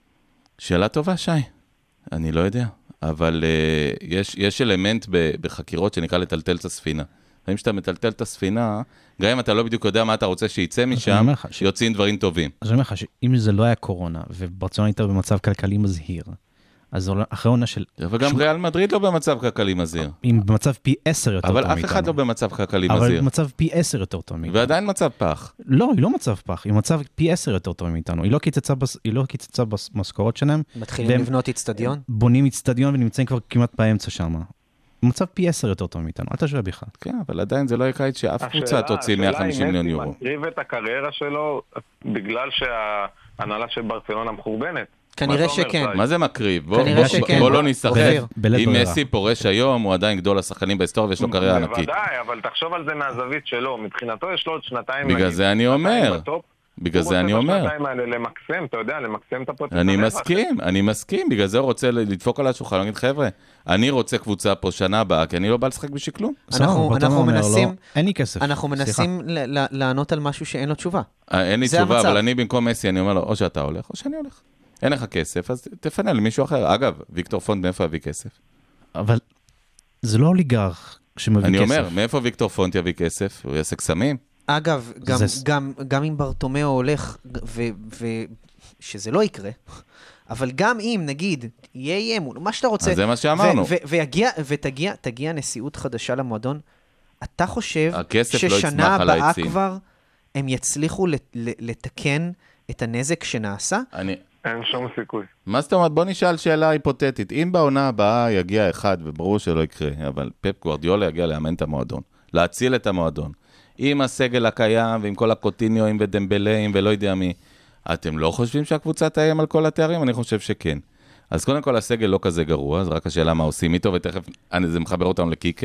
C: שאלה טובה, שי. אני לא יודע. אבל uh, יש, יש אלמנט בחקירות שנקרא לטלטל את הספינה. אם שאתה מטלטל את הספינה, גם אם אתה לא בדיוק יודע מה אתה רוצה שיצא משם, שיוצאים דברים טובים.
D: אז אני אומר לך, שאם זה לא היה קורונה, וברצלונה הייתה במצב כלכלי מזהיר, אז אחרי עונה של...
C: אבל גם ריאל מדריד לא במצב כלכלי מזהיר.
D: אם במצב פי עשר יותר טוב מאיתנו.
C: אבל אף אחד לא במצב כלכלי מזהיר.
D: אבל במצב פי עשר יותר טוב מאיתנו.
C: ועדיין מצב פח.
D: לא, היא לא מצב פח, היא מצב פי עשר יותר טוב מאיתנו. היא לא קיצצה, היא לא קיצצה במשכורות שלהם.
E: מתחילים לבנות אצטדיון?
D: בונים אצטדיון ונמצאים כבר כמעט באמצע שם. במצב פי עשר יותר טוב מאיתנו, אל תשווה בכלל.
C: כן, אבל עדיין זה לא יקרה שאף קבוצה תוציא מאה וחמישים מיליון יורו.
F: השאלה אם מסי מקריב את הקריירה שלו בגלל שההנהלה של ברצלונה מחורבנת.
E: כנראה שכן.
C: מה זה מקריב? בוא לא נסחף. אם מסי פורש היום, הוא עדיין גדול השחקנים בהיסטוריה ויש לו קריירה ענקית.
F: בוודאי, אבל תחשוב על זה מהזווית שלו. מבחינתו יש לו עוד שנתיים.
C: בגלל זה אני אומר. בגלל זה אני אומר.
F: הוא רוצה בשנתיים האלה למקסם, אתה יודע, למקסם את הפוטנציאל.
C: אני מסכים, אני מסכים. בגלל זה הוא רוצה לדפוק על השולחן, להגיד, חבר'ה, אני רוצה קבוצה פה שנה הבאה, כי אני לא בא לשחק בשקלום.
E: אנחנו מנסים,
D: אין לי כסף.
E: אנחנו מנסים לענות על משהו שאין לו תשובה.
C: אין לי תשובה, אבל אני במקום מסי, אני אומר לו, או שאתה הולך, או שאני הולך. אין לך כסף, אז תפנה למישהו אחר. אגב, ויקטור פונט, מאיפה יביא כסף?
D: אבל זה לא אוליגרך שמביא כסף.
C: אני אומר, מאיפה ויקטור פונט יביא כסף? הוא יעשה קסמים?
E: אגב, גם, זה... גם, גם אם ברטומאו הולך, ו, ו, שזה לא יקרה, אבל גם אם, נגיד, יהיה אי-אמון, מה שאתה רוצה,
C: אז זה מה שאמרנו.
E: ו, ו, ויגיע, ותגיע, תגיע נשיאות חדשה למועדון, אתה חושב ששנה
C: לא
E: הבאה כבר הם יצליחו לתקן את הנזק שנעשה?
C: אני...
F: אין שום סיכוי.
C: מה זאת אומרת? בוא נשאל שאלה היפותטית. אם בעונה הבאה יגיע אחד, וברור שלא יקרה, אבל פפ גוארדיולה יגיע לאמן את המועדון, להציל את המועדון. עם הסגל הקיים, ועם כל הקוטיניואים ודמבלאים ולא יודע מי, אתם לא חושבים שהקבוצה תאיים על כל התארים? אני חושב שכן. אז קודם כל הסגל לא כזה גרוע, אז רק השאלה מה עושים איתו, ותכף זה מחבר אותנו לקיקה,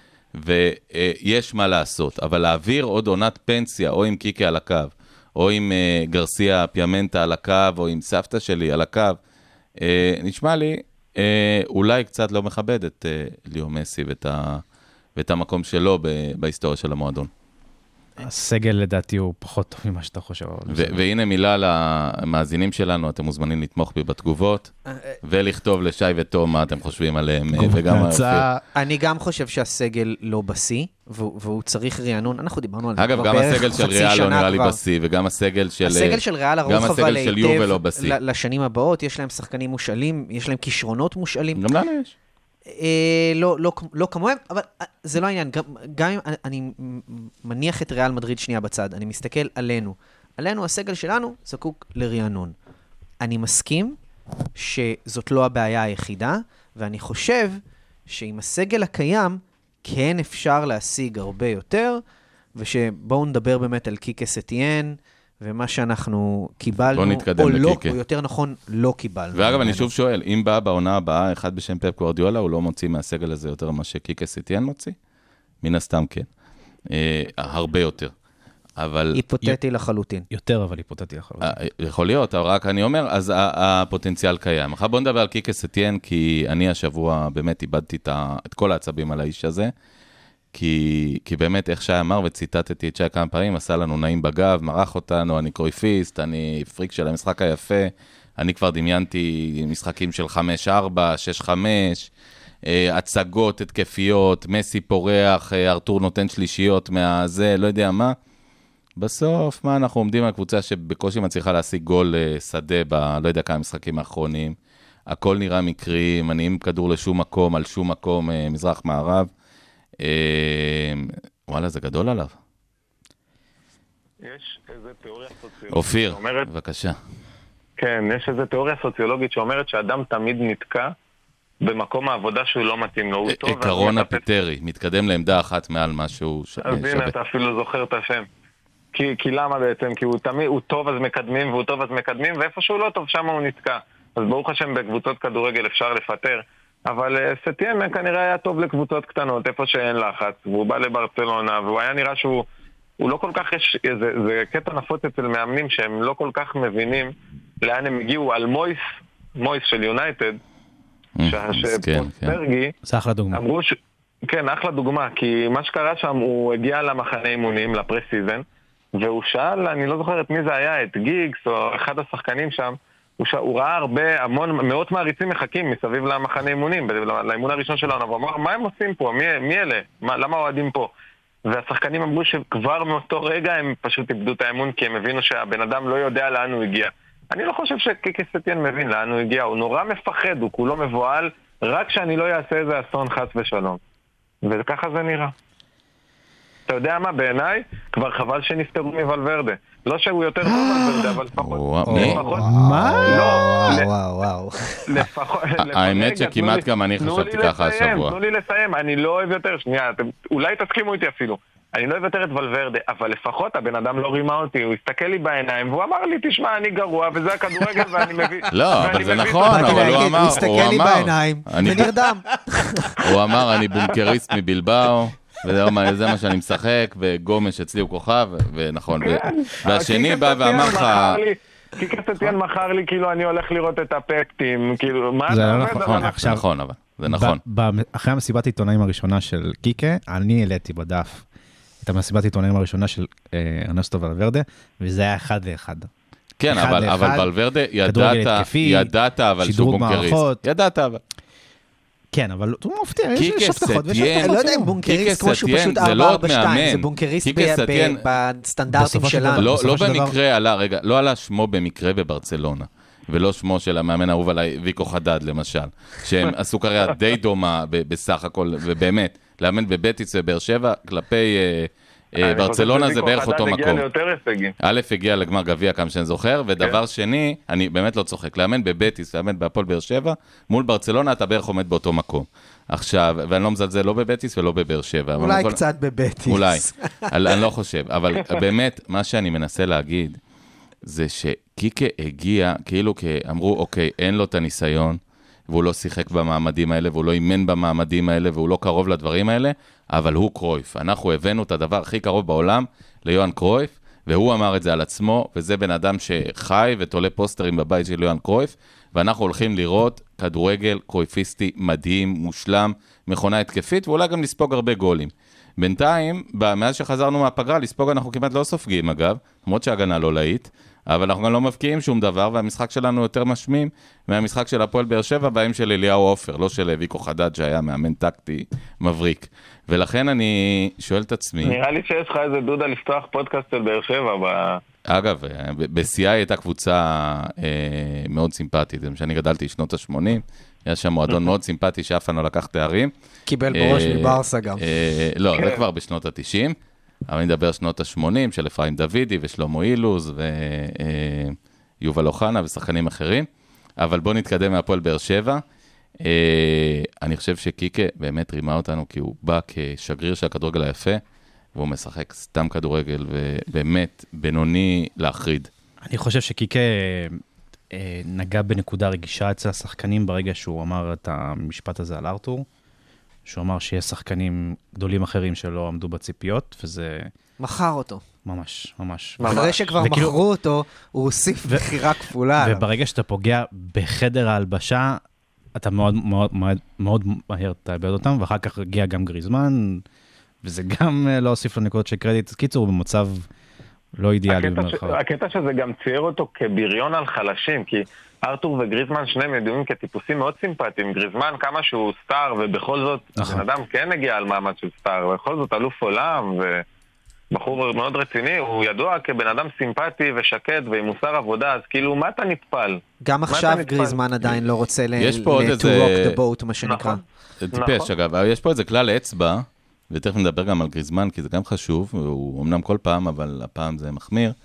C: ויש מה לעשות, אבל להעביר עוד עונת פנסיה, או עם קיקה על הקו, או עם uh, גרסיה פיאמנטה על הקו, או עם סבתא שלי על הקו, uh, נשמע לי uh, אולי קצת לא מכבד את uh, ליאו מסי ואת, ה, ואת המקום שלו ב- בהיסטוריה של המועדון.
D: הסגל לדעתי הוא פחות טוב ממה שאתה חושב.
C: ו- והנה מילה למאזינים שלנו, אתם מוזמנים לתמוך בי בתגובות, ולכתוב לשי וטום מה אתם חושבים עליהם. וגם
E: אני גם חושב שהסגל לא בסי, והוא צריך רענון, אנחנו דיברנו על זה
C: אגב, גם הסגל של ריאל לא נראה לי בסי, וגם הסגל של...
E: הסגל של ריאל ארוך אבל
C: היטב
E: לשנים הבאות, יש להם שחקנים מושאלים, יש להם כישרונות מושאלים.
C: גם לנו יש.
E: לא, לא, לא כמוהם, אבל זה לא העניין. גם, גם אם אני מניח את ריאל מדריד שנייה בצד, אני מסתכל עלינו. עלינו, הסגל שלנו, זקוק לרענון. אני מסכים שזאת לא הבעיה היחידה, ואני חושב שעם הסגל הקיים, כן אפשר להשיג הרבה יותר, ושבואו נדבר באמת על קיקה סטיין, ומה שאנחנו קיבלנו, או לא, או יותר נכון, לא קיבלנו.
C: ואגב, אני שוב שואל, אם בא בעונה הבאה, אחד בשם פפ גוארדיולה, הוא לא מוציא מהסגל הזה יותר מה שקיקה סטיין מוציא? מן הסתם כן. אה, הרבה יותר. אבל...
E: היפותטי לחלוטין.
D: יותר, אבל היפותטי לחלוטין.
C: יכול להיות, אבל רק אני אומר, אז הפוטנציאל קיים. אחר בוא נדבר על קיקה סטיין, כי אני השבוע באמת איבדתי את כל העצבים על האיש הזה, כי, כי באמת, איך שי אמר, וציטטתי את שי כמה פעמים, עשה לנו נעים בגב, מרח אותנו, אני קרויפיסט, אני פריק של המשחק היפה, אני כבר דמיינתי משחקים של חמש ארבע, שש חמש, הצגות התקפיות, מסי פורח, ארתור נותן שלישיות מהזה, לא יודע מה. בסוף, מה אנחנו עומדים על קבוצה שבקושי מצליחה להשיג גול שדה ב, לא יודע כמה משחקים האחרונים. הכל נראה מקרי, מניעים כדור לשום מקום, על שום מקום, מזרח מערב. וואלה, זה גדול עליו.
F: יש איזה תיאוריה סוציולוגית.
C: אופיר,
F: שאומרת,
C: בבקשה.
F: כן, יש איזה תיאוריה סוציולוגית שאומרת שאדם תמיד נתקע במקום העבודה שהוא לא מתאים לו. הוא טוב,
C: עקרון הפיטרי, מתקדם לעמדה אחת מעל משהו ש...
F: אז הנה, אתה אפילו זוכר את השם. כי, כי למה בעצם? כי הוא תמיד, הוא טוב אז מקדמים, והוא טוב אז מקדמים, ואיפה שהוא לא טוב, שם הוא נתקע. אז ברוך השם, בקבוצות כדורגל אפשר לפטר. אבל סטיין כנראה היה טוב לקבוצות קטנות, איפה שאין לחץ, והוא בא לברצלונה, והוא היה נראה שהוא הוא לא כל כך, יש, זה, זה קטע נפוץ אצל מאמנים שהם לא כל כך מבינים לאן הם הגיעו. על מויס, מויס של יונייטד, שפוסטרגי,
D: זה אחלה דוגמה.
F: אמרו ש... כן, אחלה דוגמה, כי מה שקרה שם, הוא הגיע למחנה אימונים, לפרסיזן, והוא שאל, אני לא זוכר את מי זה היה, את גיגס או אחד השחקנים שם, הוא, ש... הוא ראה הרבה, המון, מאות מעריצים מחכים מסביב למחנה אימונים, לאימון הראשון שלנו, והוא אמר, מה הם עושים פה? מי, מי אלה? מה, למה אוהדים פה? והשחקנים אמרו שכבר מאותו רגע הם פשוט איבדו את האמון, כי הם הבינו שהבן אדם לא יודע לאן הוא הגיע. אני לא חושב שקיקה סטיין מבין לאן הוא הגיע, הוא נורא מפחד, הוא כולו מבועל, רק שאני לא אעשה איזה אסון חס ושלום. וככה זה נראה. אתה יודע מה, בעיניי, כבר חבל שנפטרו מוולברדה. לא שהוא יותר טוב ולברדה, אבל לפחות...
D: מה?
E: וואו, וואו.
C: האמת שכמעט גם אני חשבתי ככה השבוע.
F: תנו לי לסיים, אני לא אוהב יותר, שנייה, אולי תסכימו איתי אפילו. אני לא אוהב יותר את ולברדה, אבל לפחות הבן אדם לא רימה אותי, הוא הסתכל לי בעיניים, והוא אמר לי, תשמע, אני גרוע, וזה הכדורגל, ואני מביא...
C: לא, אבל זה נכון, אבל הוא אמר...
E: הוא הסתכל לי בעיניים, ונרדם.
C: הוא אמר, אני בונקריסט מבלבאו, וזה מה שאני משחק, וגומש אצלי הוא כוכב, ונכון. והשני בא ואמר לך...
F: קיקה סטיין מכר לי, כאילו אני הולך לראות את הפקטים, כאילו, מה...
D: זה לא נכון,
C: זה נכון, אבל זה נכון.
D: אחרי המסיבת העיתונאים הראשונה של קיקה, אני העליתי בדף את המסיבת העיתונאים הראשונה של ארנסטו ולברדה, וזה היה אחד לאחד.
C: כן, אבל ולברדה, ידעת, אבל שהוא בונקריסט. ידעת, אבל...
D: כן, אבל הוא מפתיע, יש הבטחות.
E: אני לא יודע אם בונקריסט כמו שהוא פשוט ארבע ארבע שתיים, זה בונקריסט בסטנדרטים שלנו.
C: לא במקרה עלה, רגע, לא עלה שמו במקרה בברצלונה, ולא שמו של המאמן האהוב עליי, ויקו חדד למשל, שהם עשו קריירה די דומה בסך הכל, ובאמת, לאמן בבטיס ובאר שבע, כלפי ברצלונה זה בערך אותו מקום. א' הגיע לגמר גביע כמה שאני זוכר, ודבר שני, אני באמת לא צוחק, לאמן בבטיס, לאמן בהפועל באר שבע, מול ברצלונה אתה בערך עומד באותו מקום. עכשיו, ואני לא מזלזל לא בבטיס ולא בבאר שבע.
E: אולי קצת בבטיס.
C: אולי, אני לא חושב, אבל באמת, מה שאני מנסה להגיד, זה שקיקה הגיע, כאילו אמרו, אוקיי, אין לו את הניסיון, והוא לא שיחק במעמדים האלה, והוא לא אימן במעמדים האלה, והוא לא קרוב לדברים האלה, אבל הוא קרויף. אנחנו הבאנו את הדבר הכי קרוב בעולם ליוהאן קרויף, והוא אמר את זה על עצמו, וזה בן אדם שחי ותולה פוסטרים בבית של יוהאן קרויף, ואנחנו הולכים לראות כדורגל קרויפיסטי מדהים, מושלם, מכונה התקפית, ואולי גם לספוג הרבה גולים. בינתיים, מאז שחזרנו מהפגרה, לספוג אנחנו כמעט לא סופגים, אגב, למרות שהגנה לא להיט, אבל אנחנו גם לא מבקיעים שום דבר, והמשחק שלנו יותר משמים מהמשחק של הפועל באר שבע, בהם של אליהו עופר, לא של ויקו חדד, שהיה מאמן טקטי מבריק. ולכן אני שואל את עצמי...
F: נראה לי שיש לך איזה דודה לפתוח פודקאסט של באר שבע ב...
C: אגב, ב-סי איי הייתה קבוצה אה, מאוד סימפטית, זה שאני גדלתי שנות ה-שמונים, היה שם מועדון מאוד סימפטי שאף פעם לא לקח תארים.
E: קיבל בראש מברסה גם.
C: אה, לא, זה כבר בשנות ה-תשעים. אבל אני מדבר שנות ה-שמונים של אפרים דוידי ושלמה אילוז ויובל אוחנה ושחקנים אחרים. אבל בואו נתקדם מהפועל באר שבע. אני חושב שקיקה באמת רימה אותנו, כי הוא בא כשגריר של הכדורגל היפה, והוא משחק סתם כדורגל, ובאמת בינוני להחריד.
D: אני חושב שקיקה נגע בנקודה רגישה אצל השחקנים ברגע שהוא אמר את המשפט הזה על ארתור. שהוא אמר שיש שחקנים גדולים אחרים שלא עמדו בציפיות, וזה...
E: מחר אותו.
D: ממש, ממש.
E: אחרי שכבר
D: וכאילו-
E: מכרו אותו, הוא הוסיף בחירה כפולה. עליו.
D: וברגע שאתה פוגע בחדר ההלבשה, אתה מאוד מאוד מאוד מאוד מהר תאבד אותם, ואחר כך הגיע גם גריזמן, וזה גם אה, לא הוסיף לנקודות של קרדיט. קיצור, במצב לא אידיאלי
F: הקטע ש-
D: במרחב.
F: הקטע שזה גם צייר אותו כבריון על חלשים, כי ארתור וגריזמן שניהם ידועים כטיפוסים מאוד סימפטיים. גריזמן כמה שהוא סטאר, ובכל זאת,
D: נכון.
F: בן אדם כן הגיע על מעמד של סטאר, ובכל זאת אלוף עולם, ובחור מאוד רציני, הוא ידוע כבן אדם סימפטי ושקט ועם מוסר עבודה, אז כאילו, מה אתה נטפל?
E: גם
F: מה
E: עכשיו
F: אתה נטפל?
E: גריזמן עדיין לא רוצה ל-
C: יש פה עוד
E: ל- to
C: איזה-
E: rock the boat, מה שנקרא.
F: נכון.
C: זה טיפש,
F: נכון.
C: אגב, אבל יש פה איזה כלל אצבע, ותכף נדבר גם על גריזמן, כי זה גם חשוב, הוא אמנם כל פעם, אבל הפעם זה מחמיר,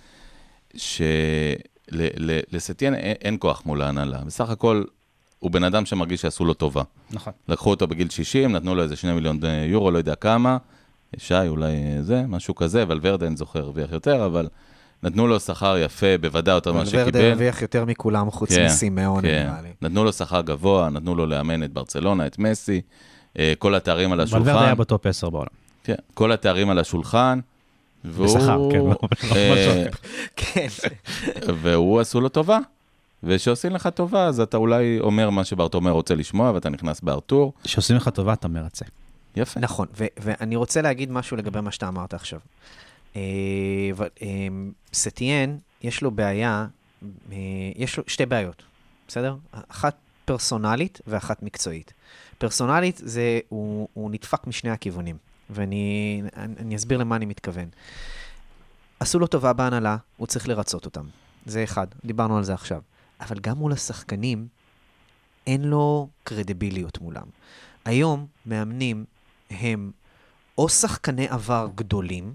C: שלסטיין אין כוח מול ההנהלה. בסך הכל, הוא בן אדם שמרגיש שעשו לו טובה.
D: נכון.
C: לקחו אותו בגיל שישים, נתנו לו איזה שני מיליון יורו, לא יודע כמה, שי אולי זה, משהו כזה, אבל ורדה אין זוכר הרוויח יותר, אבל נתנו לו שכר יפה, בוודאי יותר ממה
E: ולוורדה
C: שקיבל.
E: הרוויח יותר מכולם חוץ
C: כן,
E: מסימאון,
C: כן.
E: נראה לי.
C: נתנו לו שכר גבוה, נתנו לו לאמן את ברצלונה, את מסי, אה, כל התארים על
D: ולוורדה
C: השולחן.
D: היה בטופ עשר בעולם.
C: כן, כל התארים על השולחן. והוא-
D: בשכר, כן, לא- לא
C: אה,
D: משהו.
E: כן.
C: והוא עשו לו טובה. ושעושים לך טובה, אז אתה אולי אומר מה שברטומר רוצה לשמוע, ואתה נכנס בארתור.
D: שעושים לך טובה, אתה מרצה.
C: יפה.
E: נכון, ו- ואני רוצה להגיד משהו לגבי מה שאתה אמרת עכשיו. אה, אבל, אה, סטיין, יש לו בעיה, אה, יש לו שתי בעיות, בסדר? אחת פרסונלית ואחת מקצועית. פרסונלית זה, הוא, הוא נדפק משני הכיוונים, ואני אני, אני אסביר למה אני מתכוון. עשו לו טובה בהנהלה, הוא צריך לרצות אותם. זה אחד, דיברנו על זה עכשיו. אבל גם מול השחקנים, אין לו קרדיביליות מולם. היום מאמנים הם או שחקני עבר גדולים,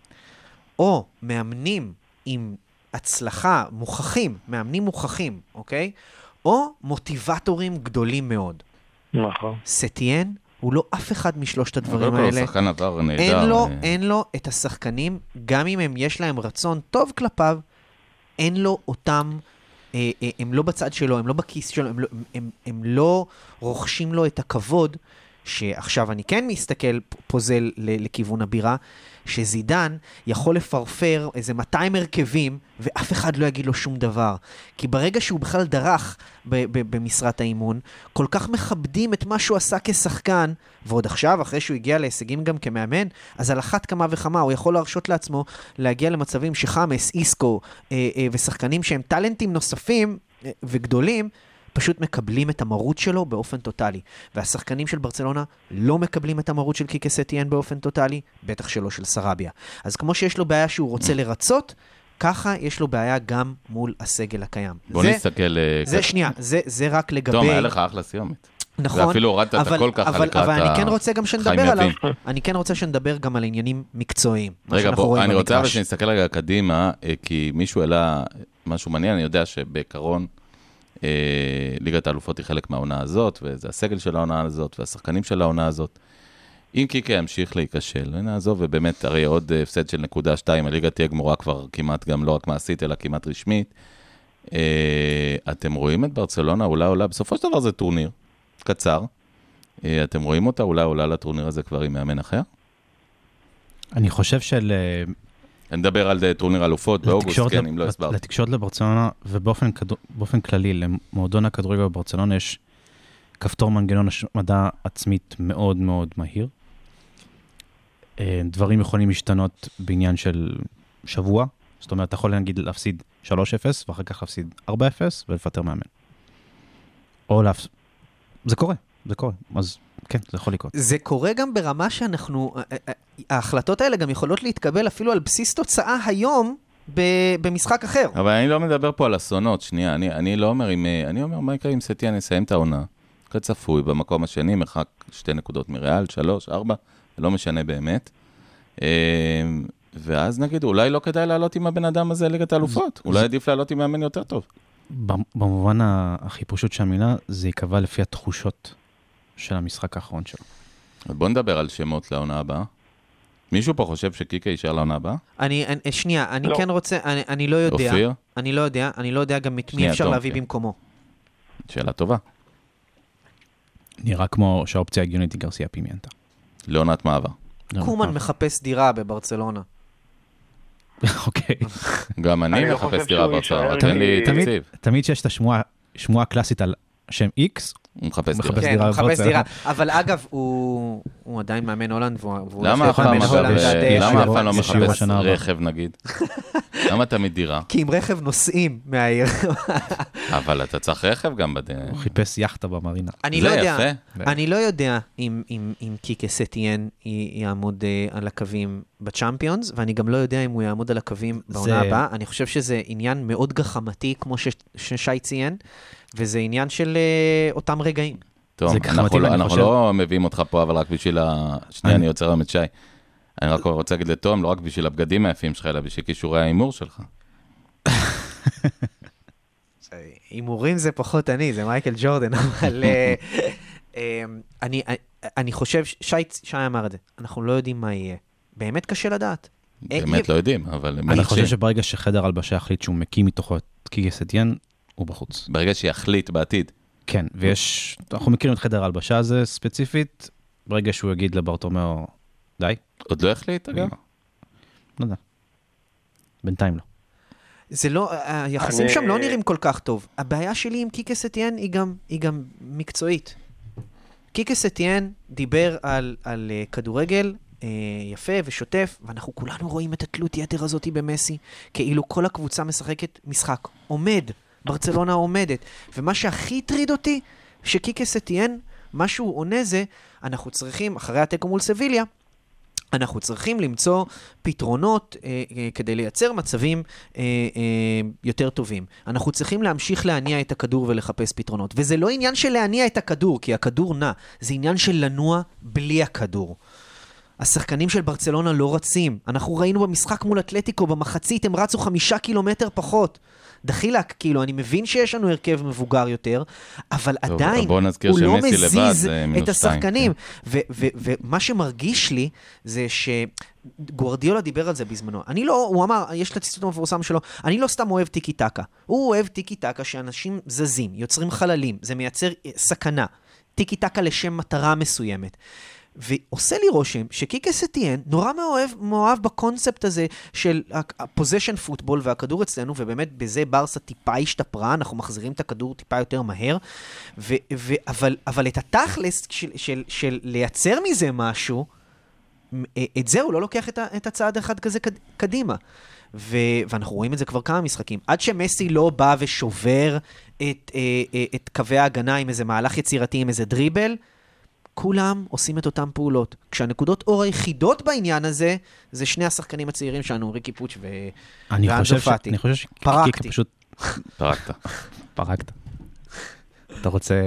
E: או מאמנים עם הצלחה, מוכחים, מאמנים מוכחים, אוקיי? או מוטיבטורים גדולים מאוד.
F: נכון.
E: סטיין הוא לא אף אחד משלושת הדברים
C: אבל
E: האלה.
C: הוא שחקן עבר נהדר.
E: אין לו,
C: אה,
E: אין לו את השחקנים, גם אם הם יש להם רצון טוב כלפיו, אין לו אותם, אה, אה, הם לא בצד שלו, הם לא בכיס שלו, הם לא, הם, הם לא רוכשים לו את הכבוד, שעכשיו אני כן מסתכל, פוזל ל- לכיוון הבירה, שזידן יכול לפרפר איזה מאתיים הרכבים, ואף אחד לא יגיד לו שום דבר. כי ברגע שהוא בכלל דרך ב- ב- במשרת האימון, כל כך מכבדים את מה שהוא עשה כשחקן, ועוד עכשיו, אחרי שהוא הגיע להישגים גם כמאמן, אז על אחת כמה וכמה, הוא יכול להרשות לעצמו להגיע למצבים שחמאס, איסקו, אה, אה, ושחקנים שהם טלנטים נוספים אה, וגדולים, פשוט מקבלים את המרות שלו באופן טוטלי. והשחקנים של ברצלונה לא מקבלים את המרות של קיקה סטיין באופן טוטלי, בטח שלא של סרביה. אז כמו שיש לו בעיה שהוא רוצה לרצות, ככה יש לו בעיה גם מול הסגל הקיים.
C: בוא
E: זה,
C: נסתכל... אה,
E: זה
C: קצת.
E: שנייה, זה, זה רק לגבי...
C: תום, היה לך אחלה סיומת.
E: נכון,
C: ואפילו הורדת את
E: אבל,
C: הכל ככה
E: אבל,
C: לקראת
E: אבל אני כן רוצה גם שנדבר
C: חיים
E: עליו,
C: יבין.
E: אני כן רוצה שנדבר גם על עניינים מקצועיים. מה
C: רגע,
E: שאנחנו
C: בוא,
E: רואים
C: אני רוצה אבל
E: במגרש.
C: שנסתכל רגע קדימה, אה, כי מישהו העלה משהו מעניין, אני יודע שבעיקרון אה, ליגת האלופות היא חלק מהעונה הזאת, וזה הסגל של העונה הזאת, והשחקנים של העונה הזאת. אם קיקה ימשיך להיכשל, נעזוב, ובאמת הרי עוד אה, הפסד של נקודה שתיים, הליגה תהיה גמורה כבר כמעט גם לא רק מעשית, אלא כמעט רשמית. אה, אתם רואים את ברצלונה, אולי עולה, בסופו של דבר זה טורניר, קצר. אה, אתם רואים אותה, אולי עולה לטורניר הזה כבר עם מאמן אחר?
D: אני חושב של...
C: אני מדבר על טורניר אלופות באוגוסט,
D: לתקשורת
C: כן,
D: לב-
C: אם לא הסברת.
D: לתקשורת לברצלונה, ובאופן כדור- באופן כללי, למועדון הכדורגל בברצלונה יש כפתור מנגנון השמדה עצמית מאוד מאוד מהיר. אה, דברים יכולים להשתנות בעניין של שבוע, זאת אומרת, אתה יכול להגיד להפסיד שלוש אפס, ואחר כך להפסיד ארבע אפס, ולפטר מאמן. או להפסיד... זה קורה, זה קורה. אז כן, זה יכול לקרות.
E: זה קורה גם ברמה שאנחנו, ההחלטות האלה גם יכולות להתקבל אפילו על בסיס תוצאה היום ב- במשחק אחר.
C: אבל אני לא מדבר פה על אסונות, שנייה, אני, אני לא אומר, אם, אני אומר, מה יקרה אם סטיין יסיים את העונה? כצפוי, במקום השני, מרחק שתי נקודות מריאל, שלוש, ארבע, לא משנה באמת. ואז נגיד, אולי לא כדאי לעלות עם הבן אדם הזה ליגת האלופות, אולי עדיף לעלות עם מאמן יותר טוב.
D: במובן הכי פשוט של המילה, זה יקבע לפי התחושות של המשחק האחרון שלו.
C: בוא נדבר על שמות לעונה הבאה. מישהו פה חושב שקיקה יישאר לעונה הבאה?
E: אני, אני, שנייה, אני
F: לא.
E: כן רוצה, אני, אני לא יודע.
C: אופיר?
E: אני לא יודע, אני לא יודע גם את מי
C: שנייה,
E: אפשר
C: טוב,
E: להביא
C: כן.
E: במקומו.
C: שאלה טובה.
D: נראה כמו שהאופציה הגיונית היא גרסיה פימיינטה.
C: לעונת מעבר.
E: קומן מחפש דירה בברצלונה.
D: אוקיי.
C: גם אני
F: אני לא
C: מחפש
F: חושב
C: דירה
F: שהוא
C: בארצות,
F: יישאר
C: תן לי
F: כי-
C: תקציב.
D: תמיד שיש את השמועה, שמועה קלאסית על שם X,
C: הוא מחפש
D: הוא
C: דירה.
D: מחפש
E: כן,
D: דירה
E: הוא מחפש
D: בברצלונה.
E: דירה. אבל אגב, הוא הוא עדיין מאמן הולנד, והוא והוא
C: למה
E: הולך
C: אף
E: להיות
C: פעם
E: מאמן
C: אגב,
E: הולנד עד, אה,
C: למה אף
E: שיעור-
C: פעם לא
D: זה שיעור
C: מחפש
D: השנה הבאה.
C: רכב נגיד? למה תמיד דירה?
E: כי עם רכב נוסעים מהעיר.
C: אבל אתה צריך רכב גם בדרך.
D: הוא חיפש יאכטה במרינה.
E: אני
C: זה
E: לא יודע,
C: יפה.
E: אני לא יודע אם, אם, אם קיקה סטיאן י- יעמוד uh, על הקווים בצ'אמפיונס, ואני גם לא יודע אם הוא יעמוד על הקווים בעונה
D: זה-
E: הבאה. אני חושב שזה עניין מאוד גחמתי, כמו ש, ששי ציין, וזה עניין של uh, אותם רגעים.
C: טוב,
D: זה
C: אנחנו
D: גחמתי,
C: לא-
D: ואני
C: אנחנו
D: חושב-
C: לא מביאים אותך פה, אבל רק בשביל ה... שנייה,
D: אני-
C: אני עוצר גם את שי. אני רק רוצה להגיד לתום, לא רק בשביל הבגדים היפים שלך, אלא בשביל כישורי האימור שלך.
E: הימורים זה פחות אני, זה מייקל ג'ורדן, אבל אה, אה, אני, אני חושב, שי, שי אמר את זה, אנחנו לא יודעים מה יהיה. באמת קשה לדעת.
C: באמת לא יודעים, אבל
D: אני
C: מנחשים.
D: חושב שברגע שחדר הלבשה החליט שהוא מקים מתוכו את קיקה סטיאן, הוא בחוץ.
C: ברגע שיחליט בעתיד.
D: כן, ויש, אנחנו מכירים את חדר ההלבשה הזה ספציפית, ברגע שהוא יגיד לברטומאו, די,
C: עוד לא החליט, אגב?
D: לא יודע. בינתיים לא.
E: זה לא, היחסים
F: אני-
E: שם לא נראים כל כך טוב. הבעיה שלי עם קיקה סטיאן היא גם, היא גם מקצועית. קיקה סטיאן דיבר על, על uh, כדורגל uh, יפה ושוטף, ואנחנו כולנו רואים את התלות יתר הזאת במסי, כאילו כל הקבוצה משחקת משחק. עומד, ברצלונה עומדת. ומה שהכי הטריד אותי, שקיקה סטיאן, מה שהוא עונה זה, אנחנו צריכים, אחרי התיקו מול סביליה, אנחנו צריכים למצוא פתרונות אה, אה, כדי לייצר מצבים אה, אה, יותר טובים. אנחנו צריכים להמשיך להניע את הכדור ולחפש פתרונות. וזה לא עניין של להניע את הכדור, כי הכדור נע. זה עניין של לנוע בלי הכדור. השחקנים של ברצלונה לא רצים. אנחנו ראינו במשחק מול אתלטיקו, במחצית הם רצו חמישה קילומטר פחות. דחילק, כאילו, אני מבין שיש לנו הרכב מבוגר יותר, אבל
C: טוב,
E: עדיין
C: בוא נזכיר
E: הוא לא
C: שמסי לבד
E: מזיז
C: זה מינוס
E: את
C: שתיים,
E: השחקנים.
C: כן.
E: ו- ו- ומה שמרגיש לי זה שגוארדיולה דיבר על זה בזמנו. אני לא, הוא אמר, יש את הציטוט המפורסם שלו, אני לא סתם אוהב טיקי טקה. הוא אוהב טיקי טקה שאנשים זזים, יוצרים חללים, זה מייצר סכנה. טיקי טקה לשם מטרה מסוימת. ועושה לי רושם שקיקה סטיאן נורא מאוהב, מאוהב בקונספט הזה של הפוזיישן פוטבול והכדור אצלנו, ובאמת בזה ברסה טיפה השתפרה, אנחנו מחזירים את הכדור טיפה יותר מהר, ו, ו, אבל, אבל את התכלס של, של, של לייצר מזה משהו, את זה הוא לא לוקח את, ה, את הצעד אחד כזה קד, קדימה. ו, ואנחנו רואים את זה כבר כמה משחקים. עד שמסי לא בא ושובר את, את קווי ההגנה עם איזה מהלך יצירתי, עם איזה דריבל, כולם עושים את אותם פעולות. כשהנקודות אור היחידות בעניין הזה, זה שני השחקנים הצעירים שלנו, ריקי פוץ' ו...
D: אני
E: ואנזו
D: חושב ש-
E: פאטי.
D: אני חושב שקיקה
E: פרקתי.
D: פשוט
C: פרקת.
D: פרקת. אתה רוצה...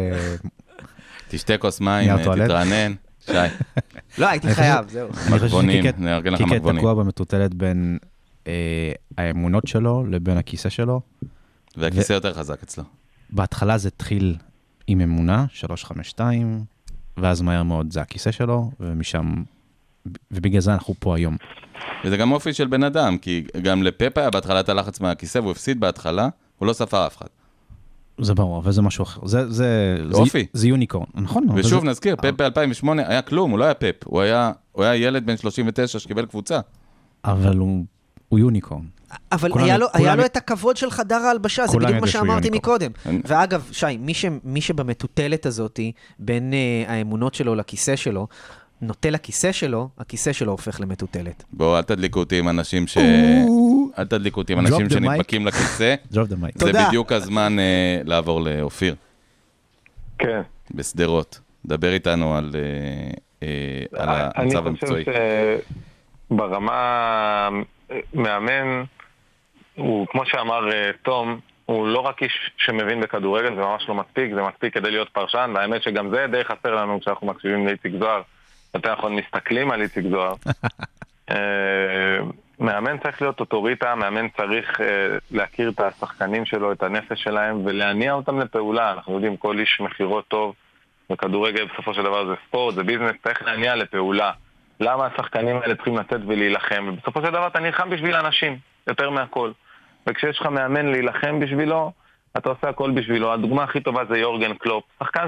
C: תשתה כוס מים,
D: נייר טואלט?
C: תתרענן. שי,
E: לא, הייתי חייב, זהו.
D: אני חושב
C: מגבונים,
D: שקיקה-
C: נארגן לך
D: קיקה
C: מגבונים.
D: תקוע במטוטלת בין אה, האמונות שלו לבין הכיסא שלו.
C: והכיסא יותר חזק אצלו.
D: בהתחלה זה התחיל עם אמונה, שלוש חמש שתיים, ואז מהר מאוד זה הכיסא שלו, ומשם, ובגלל זה אנחנו פה היום.
C: וזה גם אופי של בן אדם, כי גם לפפ היה בהתחלה את הלחץ מהכיסא, והוא הפסיד בהתחלה, הוא לא ספר אף אחד.
D: זה ברור, אבל זה משהו אחר. זה, זה, זה,
C: אופי.
D: זה יוניקורן, נכון? אבל
C: ושוב
D: זה,
C: נזכיר, פפ ב-אלפיים ושמונה היה כלום, הוא לא היה פפ, הוא היה, הוא היה ילד בן שלושים ותשע שקיבל קבוצה.
D: אבל הוא, הוא יוניקורן.
E: אבל
D: כולם-
E: היה לו,
D: כולם-
E: היה לו את הכבוד של חדר ההלבשה, זה
D: כולם
E: בדיוק
D: ידעו
E: מה
D: שהוא
E: שאמרתי
D: יוניקורן.
E: מקודם.
C: אני-
E: ואגב, שי, מי, ש, מי שבמטוטלת הזאת, בין uh, האמונות שלו לכיסא שלו, נוטה לכיסא שלו, הכיסא שלו הופך למטוטלת.
C: בואו, אל תדליקו אותי עם אנשים ש... אל תדליקו אותי עם
D: Drop
C: אנשים
D: the
C: שנדבקים לכיסא.
D: drop the mic.
C: זה
E: תודה.
C: בדיוק הזמן אה, לעבור לאופיר,
F: כן.
C: בסדרות. דבר איתנו על, אה, אה, על המצב המקצועי.
F: אני חושב שברמה מאמן, הוא, כמו שאמר אה, תום, הוא לא רק איש שמבין בכדורגל, זה ממש לא מספיק, זה מספיק כדי להיות פרשן, והאמת שגם זה די חסר לנו כשאנחנו מקשיבים לאיציק זוהר, יותר נכון מסתכלים על איציק זוהר. אה, מאמן צריך להיות אוטוריטה, מאמן צריך אה, להכיר את השחקנים שלו, את הנפש שלהם, ולהניע אותם לפעולה. אנחנו יודעים, כל איש מחירות טוב, וכדורגל בסופו של דבר זה ספורט, זה ביזנס, צריך להניע לפעולה. למה השחקנים האלה צריכים לצאת ולהילחם? ובסופו של דבר אתה נלחם בשביל אנשים, יותר מהכל. וכשיש לך מאמן להילחם בשבילו, אתה עושה הכל בשבילו. הדוגמה הכי טובה זה יורגן קלופ. שחקן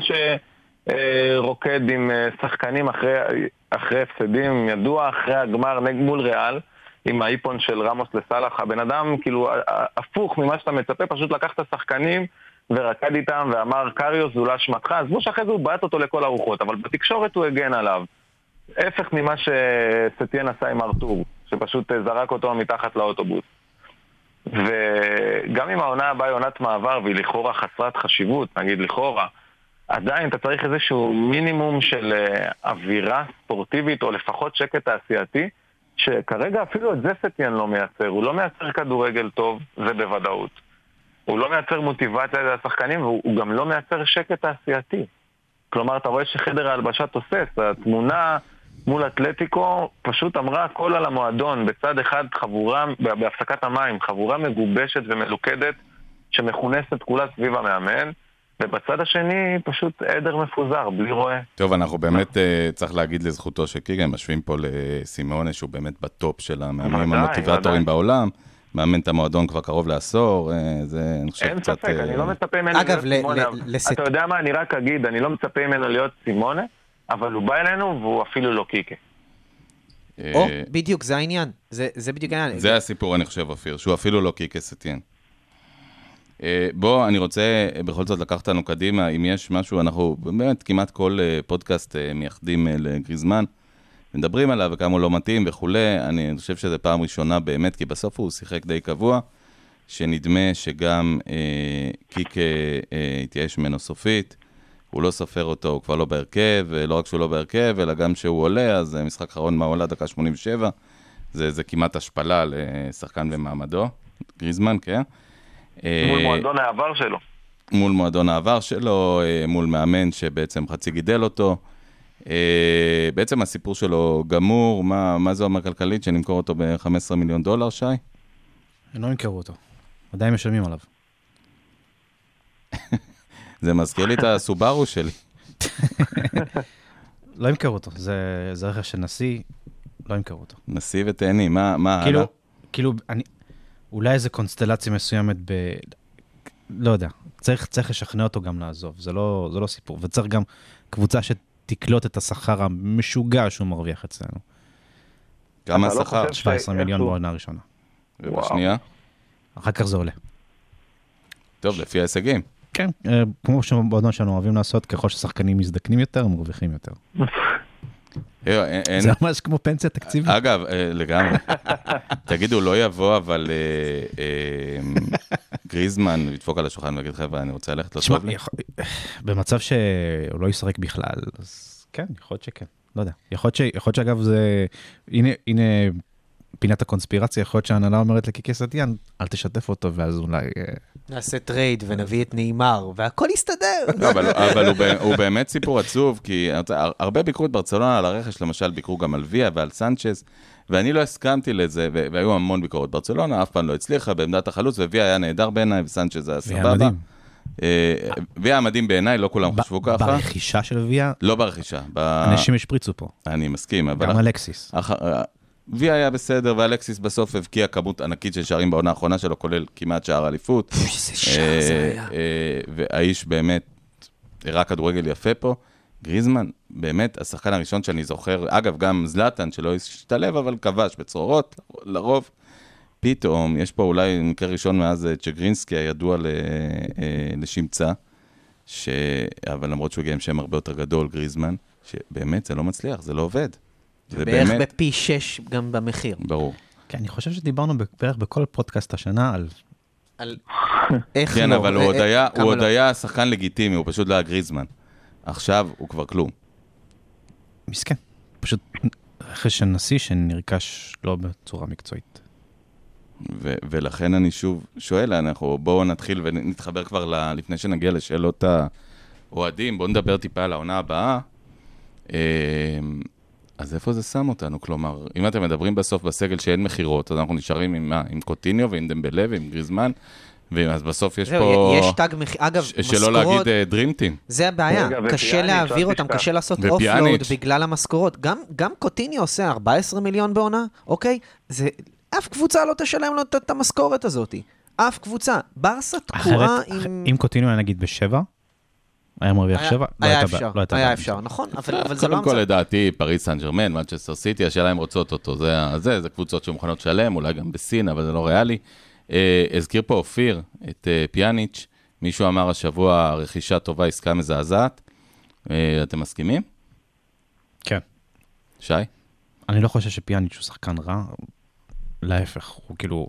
F: שרוקד עם שחקנים אחרי, אחרי הפסדים, ידוע אחרי הגמר נגד מול ריאל, עם האיפון של רמוס לסלח, הבן אדם כאילו הפוך ממה שאתה מצפה, פשוט לקח את השחקנים ורקד איתם ואמר קריוס זו לא אשמתך, אז כמו שאחרי זה הוא בעט אותו לכל הרוחות, אבל בתקשורת הוא הגן עליו. הפך ממה שסטיין עשה עם ארתור, שפשוט זרק אותו מתחת לאוטובוס. וגם אם העונה הבאה היא עונת מעבר והיא לכאורה חסרת חשיבות, נגיד לכאורה, עדיין אתה צריך איזשהו מינימום של אווירה ספורטיבית או לפחות שקט תעשייתי, שכרגע אפילו את זה סטיין לא מייצר. הוא לא מייצר כדורגל טוב, זה בוודאות. הוא לא מייצר מוטיבציה לשחקנים והוא גם לא מייצר שקט תעשייתי. כלומר, אתה רואה שחדר ההלבשה תוסס, התמונה מול אתלטיקו פשוט אמרה הכל על המועדון, בצד אחד חבורה, בהפסקת המים, חבורה מגובשת ומלוכדת שמכונסת כולה סביב המאמן, ובצד השני פשוט עדר מפוזר, בלי רואה.
C: טוב, אנחנו באמת צריך להגיד לזכותו שקיקה, הם משווים פה לסימאונה, שהוא באמת בטופ של המאמנים המוטיבטורים בעולם, מאמן את המועדון כבר קרוב לעשור, זה אני חושב
F: אין
C: קצת...
F: ספק, אני לא מצפה ממנו להיות סימונה. אתה יודע מה, אני רק אגיד, אני לא מצפה ממנו להיות סימונה, אבל הוא בא אלינו והוא אפילו לא קיקה.
E: או, בדיוק, זה העניין. זה בדיוק העניין.
C: זה הסיפור, אני חושב, אופיר, שהוא אפילו לא קיקה סטיין. בוא, אני רוצה בכל זאת לקחת לנו קדימה, אם יש משהו, אנחנו באמת כמעט כל פודקאסט מייחדים לגריזמן, מדברים עליו וכמה הוא לא מתאים וכולי, אני חושב שזה פעם ראשונה באמת, כי בסוף הוא שיחק די קבוע, שנדמה שגם אה, קיק אה, התייאש ממנו סופית, הוא לא סופר אותו, הוא כבר לא בהרכב, ולא רק שהוא לא בהרכב, אלא גם שהוא עולה, אז משחק אחרון מהעולה, דקה שמונים ושבע, זה, זה כמעט השפלה לשחקן במעמדו, גריזמן, כן?
F: מול מועדון העבר שלו.
C: מול מועדון העבר שלו, מול מאמן שבעצם חצי גידל אותו, בעצם הסיפור שלו גמור, מה, מה זה אומר כלכלית, שנמכור אותו ב-חמישה עשר מיליון דולר, שי?
D: לא ימכרו אותו, עדיין משלמים עליו.
C: זה מזכיר לי את הסובארו שלי.
D: לא ימכרו אותו, זה, זה רכש של נשיא, לא ימכרו אותו.
C: נשיא ותהני, מה, מה
D: כאילו,
C: הלאה?
D: כאילו, אני, אולי איזו קונסטלציה מסוימת ב... לא יודע, צריך, צריך לשכנע אותו גם לעזוב, זה לא, זה לא סיפור, וצריך גם קבוצה שתקלוט את השכר המשוגע שהוא מרוויח אצלנו.
C: כמה השכר?
D: שבע עשרה מיליון בעונה הראשונה.
C: ובשנייה?
D: אחר כך זה עולה.
C: טוב, לפי ההישגים.
D: כן, כמו שבעונה שלנו אוהבים לעשות, ככל ששחקנים מזדקנים יותר, הם מרוויחים יותר. זה ממש כמו פנסיה תקציבית.
C: אגב, לגמרי. תגידו, לא יבוא, אבל גריזמן ידפוק על השולחן ויגיד, חבר'ה, אני רוצה ללכת לטוב לי.
D: במצב שהוא לא ישחק בכלל, אז כן, יכול להיות שכן. לא יודע. יכול להיות שאגב זה... הנה פינת הקונספירציה, יכול להיות שההנהלה אומרת לקיקה סטיין, אל תשתף אותו, ואז אולי...
E: נעשה טרייד ונביא את נאמר, והכל יסתדר.
C: אבל הוא באמת סיפור עצוב, כי הרבה ביקרו את ברצלונה על הרכש, למשל ביקרו גם על ויה ועל סנצ'ס, ואני לא הסכמתי לזה, והיו המון ביקורות ברצלונה, אף פעם לא הצליחה בעמדת החלוץ, וויה היה נהדר בעיניי, וסנצ'ס היה סבבה. ויה המדהים בעיניי, לא כולם חשבו ככה.
D: ברכישה של ויה?
C: לא ברכישה.
D: אנשים השפריצו פה.
C: אני מסכים, אבל...
D: גם אלקסיס.
C: ויה היה בסדר, ואלקסיס בסוף הבקיע כמות ענקית של שערים בעונה האחרונה שלו, כולל כמעט שער אליפות.
E: איזה שער זה היה.
C: והאיש באמת הראה כדורגל יפה פה. גריזמן, באמת, השחקן הראשון שאני זוכר, אגב, גם זלטן, שלא השתלב, אבל כבש בצרורות, לרוב. פתאום, יש פה אולי מקרה ראשון מאז צ'גרינסקי, הידוע לשמצה, אבל למרות שהוא הגיע עם שם הרבה יותר גדול, גריזמן, שבאמת זה לא מצליח, זה לא עובד.
E: בערך בפי שש גם במחיר.
C: ברור.
D: כן, אני חושב שדיברנו בערך בכל פודקאסט השנה על...
E: על איך
C: כן,
E: לא.
C: אבל הוא עוד היה שחקן לגיטימי, הוא פשוט לא היה גריזמן. עכשיו הוא כבר כלום.
D: מסכן. פשוט רכש של נשיא שנרכש לא בצורה מקצועית.
C: ולכן אני שוב שואל, אנחנו בואו נתחיל ונתחבר כבר לפני שנגיע לשאלות האוהדים, בואו נדבר טיפה על העונה הבאה. אז איפה זה שם אותנו? כלומר, אם אתם מדברים בסוף בסגל שאין מחירות, אז אנחנו נשארים עם מה? עם קוטיניו ועם דמבלה ועם גריזמן, ואז בסוף יש פה...
E: יש תג מחיר, אגב,
C: שלא להגיד דרימטים.
E: זה הבעיה, קשה להעביר אותם, קשה לעשות אופלוד בגלל המשכורות. גם קוטיניו עושה ארבעה עשר מיליון בעונה, אוקיי? אף קבוצה לא תשלם לו את המשכורת הזאת. אף קבוצה. ברסה תקועה עם...
D: אם קוטיניו היה נגיד בשבע, היה מרוויח
E: היה-
D: שבע, לא
E: היה
D: הייתה
E: אפשר,
D: בעיה, לא הייתה
E: היה
D: בעיה.
E: אפשר, נכון, אבל אבל זה לא
C: קודם כל,
E: המצב.
C: לדעתי, פריס סן ג'רמן, מנצ'סטר סיטי, השאלה אם רוצות אותו. זה, זה, זה קבוצות שמוכנות שלם, אולי גם בסין, אבל זה לא ריאלי. אה, הזכיר פה אופיר את אה, פיאניץ', מישהו אמר השבוע, רכישה טובה, עסקה מזעזעת. אה, אתם מסכימים?
D: כן.
C: שי?
D: אני לא חושב שפיאניץ' הוא שחקן רע, להפך, הוא כאילו,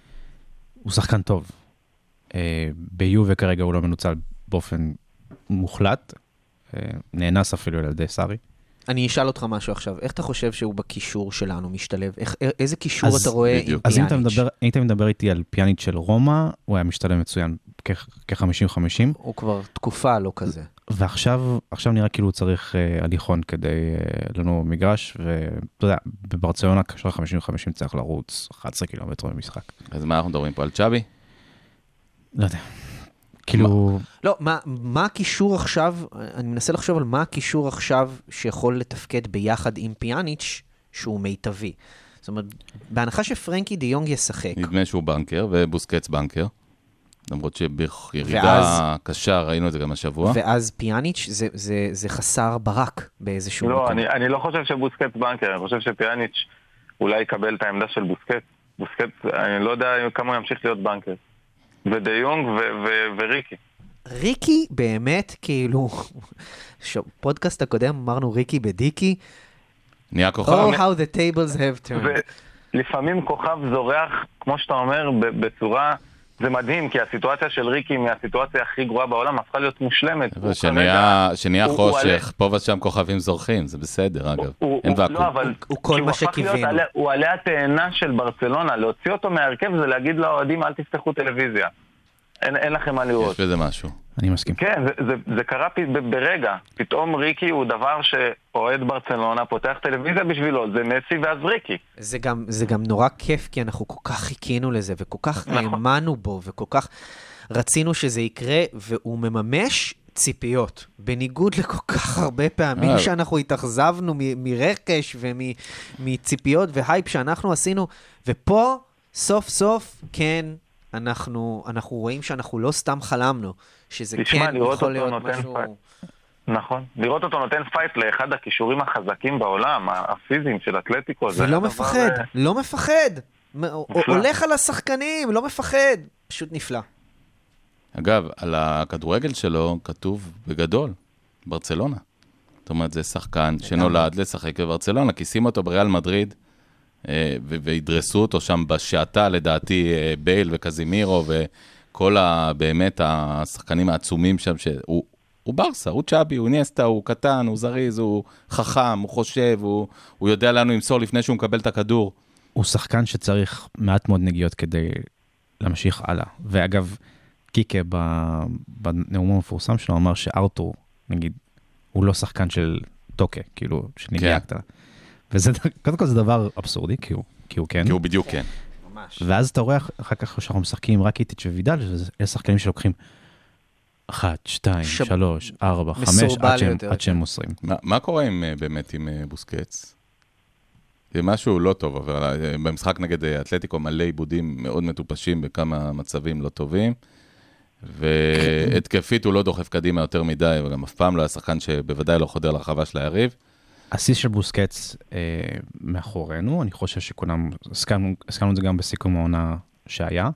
D: הוא שחקן טוב. אה, ביובה כרגע הוא לא מנוצל באופן מוחלט, אה, נאנס אפילו על ידי סארי.
E: אני אשאל אותך משהו עכשיו, איך אתה חושב שהוא בקישור שלנו משתלב? איך- איזה קישור
D: אז-
E: אתה רואה עם
C: בדיוק.
D: אז אם אתה
E: פיאניץ'?
D: מדבר, אם אתה מדבר איתי על פיאניץ' של רומא, הוא היה משתלב מצוין, כ-חמישים חמישים,
E: הוא כבר תקופה לא כזה.
D: ועכשיו עכשיו נראה כאילו הוא צריך אה, הליכון כדי אה, לנו מגרש, ואתה יודע, בברצלונה קשר חמישים חמישים צריך לרוץ אחת עשרה קילומטר במשחק.
C: אז מה אנחנו מדברים פה על צ'אבי?
D: לא יודע. כאילו,
E: לא, מה, מה הקישור עכשיו, אני מנסה לחשוב על מה הקישור עכשיו שיכול לתפקד ביחד עם פיאניץ' שהוא מיטבי. זאת אומרת, בהנחה שפרנקי דיונג ישחק,
C: נדמה שהוא בנקר, ובוסקץ בנקר. למרות שבירידה
E: ואז-
C: קשה, ראינו את זה גם השבוע.
E: ואז פיאניץ' זה, זה, זה חסר ברק באיזשהו
F: לא,
E: מקום.
F: אני, אני לא חושב שבוסקט בנקר, אני חושב שפיאניץ' אולי יקבל את העמדה של בוסקט. בוסקט, אני לא יודע כמה הוא ימשיך להיות בנקר. ודיונג ו- ו- וריקי.
E: ריקי באמת, כאילו, פודקאסט הקודם אמרנו ריקי בדיקי,
C: נהיה כוכב.
E: Oh, how the tables have turned.
F: ולפעמים כוכב זורח, כמו שאתה אומר, ב- בצורה... זה מדהים, כי הסיטואציה של ריקי מהסיטואציה הכי גרועה בעולם הפכה להיות מושלמת. הוא
C: שנהיה, שנהיה
F: הוא- הוא
C: חושך, פה ושם כוכבים זורחים, זה בסדר, אגב.
F: הוא-
C: אין
F: הוא-
C: ואקום.
F: לא, אבל
E: הוא כל
F: כי
E: מה
F: הפך להיות
E: שקיווינו.
F: עליה- הוא עליה תאנה של ברצלונה, להוציא אותו מהרכב זה להגיד לאוהדים, אל תפתחו טלוויזיה. אין, אין לכם מה לראות.
C: יש בזה משהו.
D: אני מסכים.
F: כן, זה, זה, זה קרה פ, ב, ברגע. פתאום ריקי הוא דבר שאוהד ברצלונה פותח טלוויזיה בשבילו, זה מסי ואז ריקי.
E: זה גם, זה גם נורא כיף, כי אנחנו כל כך חיכינו לזה, וכל כך
F: נכון.
E: האמנו בו, וכל כך רצינו שזה יקרה, והוא מממש ציפיות. בניגוד לכל כך הרבה פעמים
C: אה.
E: שאנחנו התאכזבנו מ- מרכש ומציפיות והייפ שאנחנו עשינו, ופה, סוף סוף, כן, אנחנו, אנחנו רואים שאנחנו לא סתם חלמנו, שזה
F: תשמע,
E: כן
F: לראות
E: יכול
F: אותו
E: להיות
F: נותן
E: משהו...
F: פייט. נכון. לראות אותו נותן פייט לאחד הכישורים החזקים בעולם, הפיזיים של אתלטיקו. זה
E: ולא
F: הדבר,
E: מפחד,
F: אה,
E: לא מפחד. מ- הולך על השחקנים, לא מפחד. פשוט נפלא.
C: אגב, על הכדורגל שלו כתוב בגדול, ברצלונה. זאת אומרת, זה שחקן שנולד לשחק בברצלונה, כי שימו אותו בריאל מדריד, אה, ו- והדרסו אותו שם בשעתה, לדעתי, אה, בייל וקזימירו, וכל ה- באמת השחקנים העצומים שם, שהוא הוא ברסה, הוא צ'אבי, הוא ניאסטה, הוא קטן, הוא זריז, הוא חכם, הוא חושב, הוא, הוא יודע לאן הוא ימסור לפני שהוא מקבל את הכדור.
D: הוא שחקן שצריך מעט מאוד נגיעות כדי להמשיך הלאה. ואגב, קיקה ב- בנאום המפורסם שלו אמר שארתור, נגיד, הוא לא שחקן של טוקה, כאילו, של נגיעה
C: כן.
D: קטנה. וזה, קודם כל זה דבר אבסורדי, כי הוא, כי הוא כן.
C: כי הוא בדיוק כן.
E: ממש.
D: ואז אתה רואה אחר כך שאנחנו משחקים רק איטיץ' ווידל, שזה שחקנים שלוקחים אחת, שתיים,
E: ש-
D: שלוש, ארבע, חמש,
E: מסורבל
D: עד שהם,
E: יותר,
D: עד שהם
E: כן.
D: מוסרים.
C: מה, מה קורה עם, אה, באמת עם אה, בוסקץ? זה משהו לא טוב, אבל אה, במשחק נגד אה, אתלטיקו מלא עיבודים מאוד מטופשים בכמה מצבים לא טובים, והתקפית הוא לא דוחף קדימה יותר מדי, וגם אף פעם לא היה שחקן שבוודאי לא חודר לרחבה של היריב.
D: הסיס של בוסקץ אה, מאחורינו, אני חושב שכולם, הסכמנו, הסכמנו את זה גם בסיכום העונה שהיה.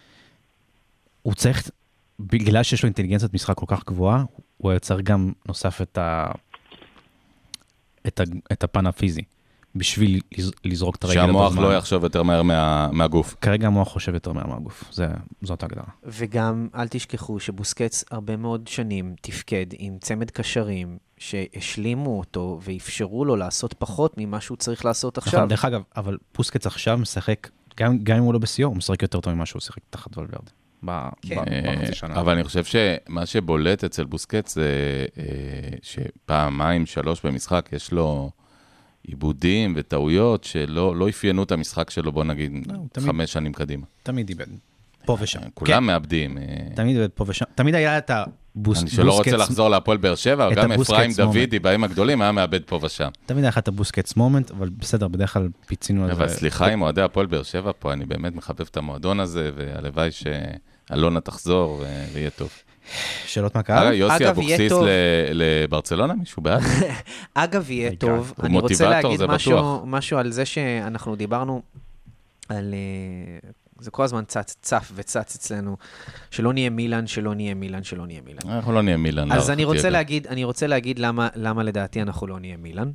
D: הוא צריך, בגלל שיש לו אינטליגנציית משחק כל כך גבוהה, הוא יוצר גם נוסף את, ה, את, ה, את הפן הפיזי, בשביל לז, לזרוק את הרגל.
C: שהמוח
D: בזמן.
C: לא יחשוב יותר מהר מה, מהגוף.
D: כרגע המוח חושב יותר מהר מהגוף, זה, זאת ההגדרה.
E: וגם אל תשכחו שבוסקץ הרבה מאוד שנים תפקד עם צמד קשרים שהשלימו אותו ואפשרו לו לעשות פחות ממה שהוא צריך לעשות עכשיו.
D: דרך אגב, אבל בוסקץ עכשיו משחק, גם, גם אם הוא לא בסיור, הוא משחק יותר טוב ממה שהוא שיחק תחת ולוורדה. ב-
E: כן.
D: ב- בחצי שנה.
C: אבל אני חושב שמה שבולט אצל בוסקץ זה אה, שפעמיים, שלוש במשחק, יש לו עיבודים וטעויות שלא לא אפיינו את המשחק שלו, בוא נגיד,
D: הוא תמיד-
C: חמש שנים קדימה.
D: תמיד איבד. פה ושם.
C: כולם מאבדים. אה,
D: תמיד איבד פה ושם. תמיד היה את בוס,
C: אני שלא רוצה לחזור להפועל באר שבע, גם אפרים דוידי, באים הגדולים, היה מאבד פה ושם.
D: תמיד היה לך את הבוסקטס מומנט, אבל בסדר, בדרך כלל פיצינו על זה.
C: אבל סליחה עם אוהדי הפועל באר שבע פה, אני באמת מחבב את המועדון הזה, והלוואי שאלונה תחזור ויהיה טוב.
D: שאלות מהקהל?
C: יוסי אבוקסיס לברצלונה, מישהו בעד?
E: אגב, יהיה טוב. אני רוצה להגיד משהו על זה שאנחנו דיברנו על... זה כל הזמן צץ, צף וצץ אצלנו, שלא נהיה מילן, שלא נהיה מילן, שלא נהיה מילן.
C: אנחנו לא נהיה מילן.
E: אז אני רוצה להגיד, אני רוצה להגיד למה, למה לדעתי אנחנו לא נהיה מילן,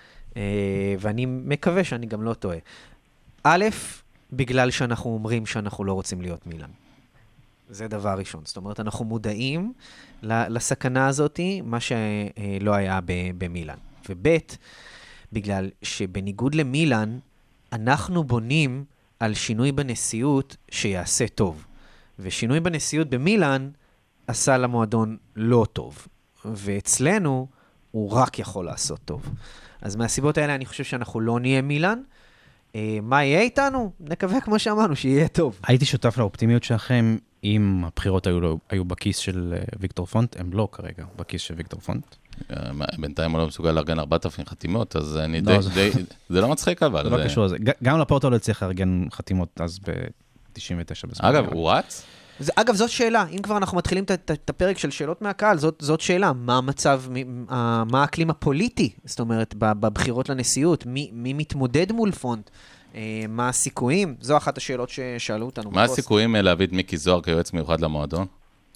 E: ואני מקווה שאני גם לא טועה. א', בגלל שאנחנו אומרים שאנחנו לא רוצים להיות מילן. זה דבר ראשון. זאת אומרת, אנחנו מודעים לסכנה הזאת, מה שלא היה במילן. וב', בגלל שבניגוד למילן, אנחנו בונים על שינוי בנשיאות שיעשה טוב. ושינוי בנשיאות במילאן עשה למועדון לא טוב. ואצלנו הוא רק יכול לעשות טוב. אז מהסיבות האלה אני חושב שאנחנו לא נהיה מילאן. אה, מה יהיה איתנו? נקווה כמו שאמרנו, שיהיה טוב.
D: הייתי שותף לאופטימיות שלכם אם הבחירות היו, היו בכיס של ויקטור פונט, הם לא כרגע בכיס של ויקטור פונט.
C: בינתיים הוא לא מסוגל לארגן ארבעת אלפים חתימות, אז אני די, די, זה לא מצחיק אבל.
D: זה לא קשור לזה. גם לפורטו לא צריך לארגן חתימות אז ב-תשעים ותשע.
C: אגב, הוא רץ?
E: אגב, זאת שאלה. אם כבר אנחנו מתחילים את הפרק של שאלות מהקהל, זאת שאלה. מה המצב, מה האקלים הפוליטי? זאת אומרת, בבחירות לנשיאות, מי מתמודד מול פונט? מה הסיכויים? זו אחת השאלות ששאלו אותנו.
C: מה הסיכויים להביא את מיקי זוהר כיועץ מיוחד למועדון?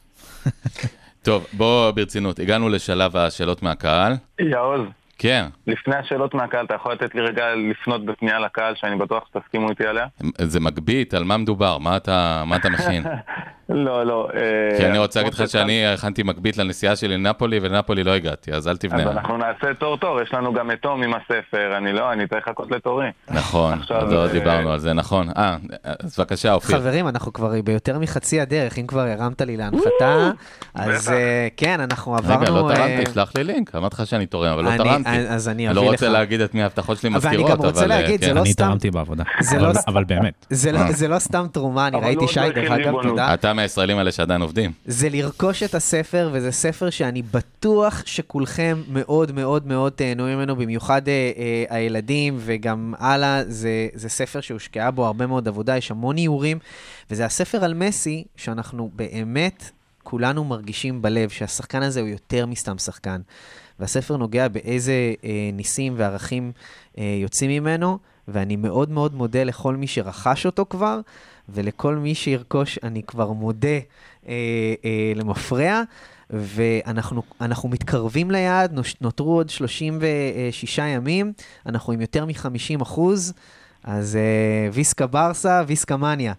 C: טוב, בוא ברצינות, הגענו לשלב השאלות מהקהל.
F: יעוז.
C: כן.
F: לפני השאלות מהקהל, אתה יכול לתת לי רגע לפנות בפנייה לקהל, שאני בטוח שתסכימו איתי עליה?
C: זה מגבית, על מה מדובר? מה אתה, מה אתה מכין?
F: לא, לא.
C: כי אני רוצה להגיד לך שאני הכנתי מגבית לנסיעה שלי לנפולי, ולנפולי לא הגעתי, אז אל תבנה.
F: אז אנחנו נעשה תור תור, יש לנו גם את תום עם הספר, אני לא, אני צריך לחכות לתורי.
C: נכון, אז לא דיברנו על זה, נכון. אה, אז בבקשה, אופיר.
E: חברים, אנחנו כבר ביותר מחצי הדרך, אם כבר הרמת לי להנחתה, אז כן, אנחנו עברנו...
C: רגע, לא תרמתי, שלח לי לינק, אמרתי לך שאני תורם, אבל לא תרמתי.
E: אז אני
C: אני לא רוצה להגיד את מי ההבטחות שלי מזכירות,
E: אבל... ואני גם רוצה להגיד, זה לא
D: אני
E: סתם...
D: תרמתי בעבודה, אבל באמת.
E: זה לא סתם תרומה, אני ראיתי שי, דרך אגב, תודה.
C: אתה מהישראלים האלה שעדיין עובדים.
E: זה לרכוש את הספר, וזה ספר שאני בטוח שכולכם מאוד מאוד מאוד תהנו ממנו, במיוחד הילדים, וגם הלאה, זה ספר שהושקעה בו הרבה מאוד עבודה, יש המון איורים, וזה הספר על מסי, שאנחנו באמת כולנו מרגישים בלב, שהשחקן הזה הוא יותר מסתם שחקן. והספר נוגע באיזה אה, ניסים וערכים אה, יוצאים ממנו, ואני מאוד מאוד מודה לכל מי שרכש אותו כבר, ולכל מי שירכוש אני כבר מודה אה, אה, למפרע, ואנחנו אנחנו מתקרבים ליעד, נותרו עוד שלושים ושישה ימים, אנחנו עם יותר מ-חמישים אחוז, אז אה, ויסקה ברסה, ויסקה מניה.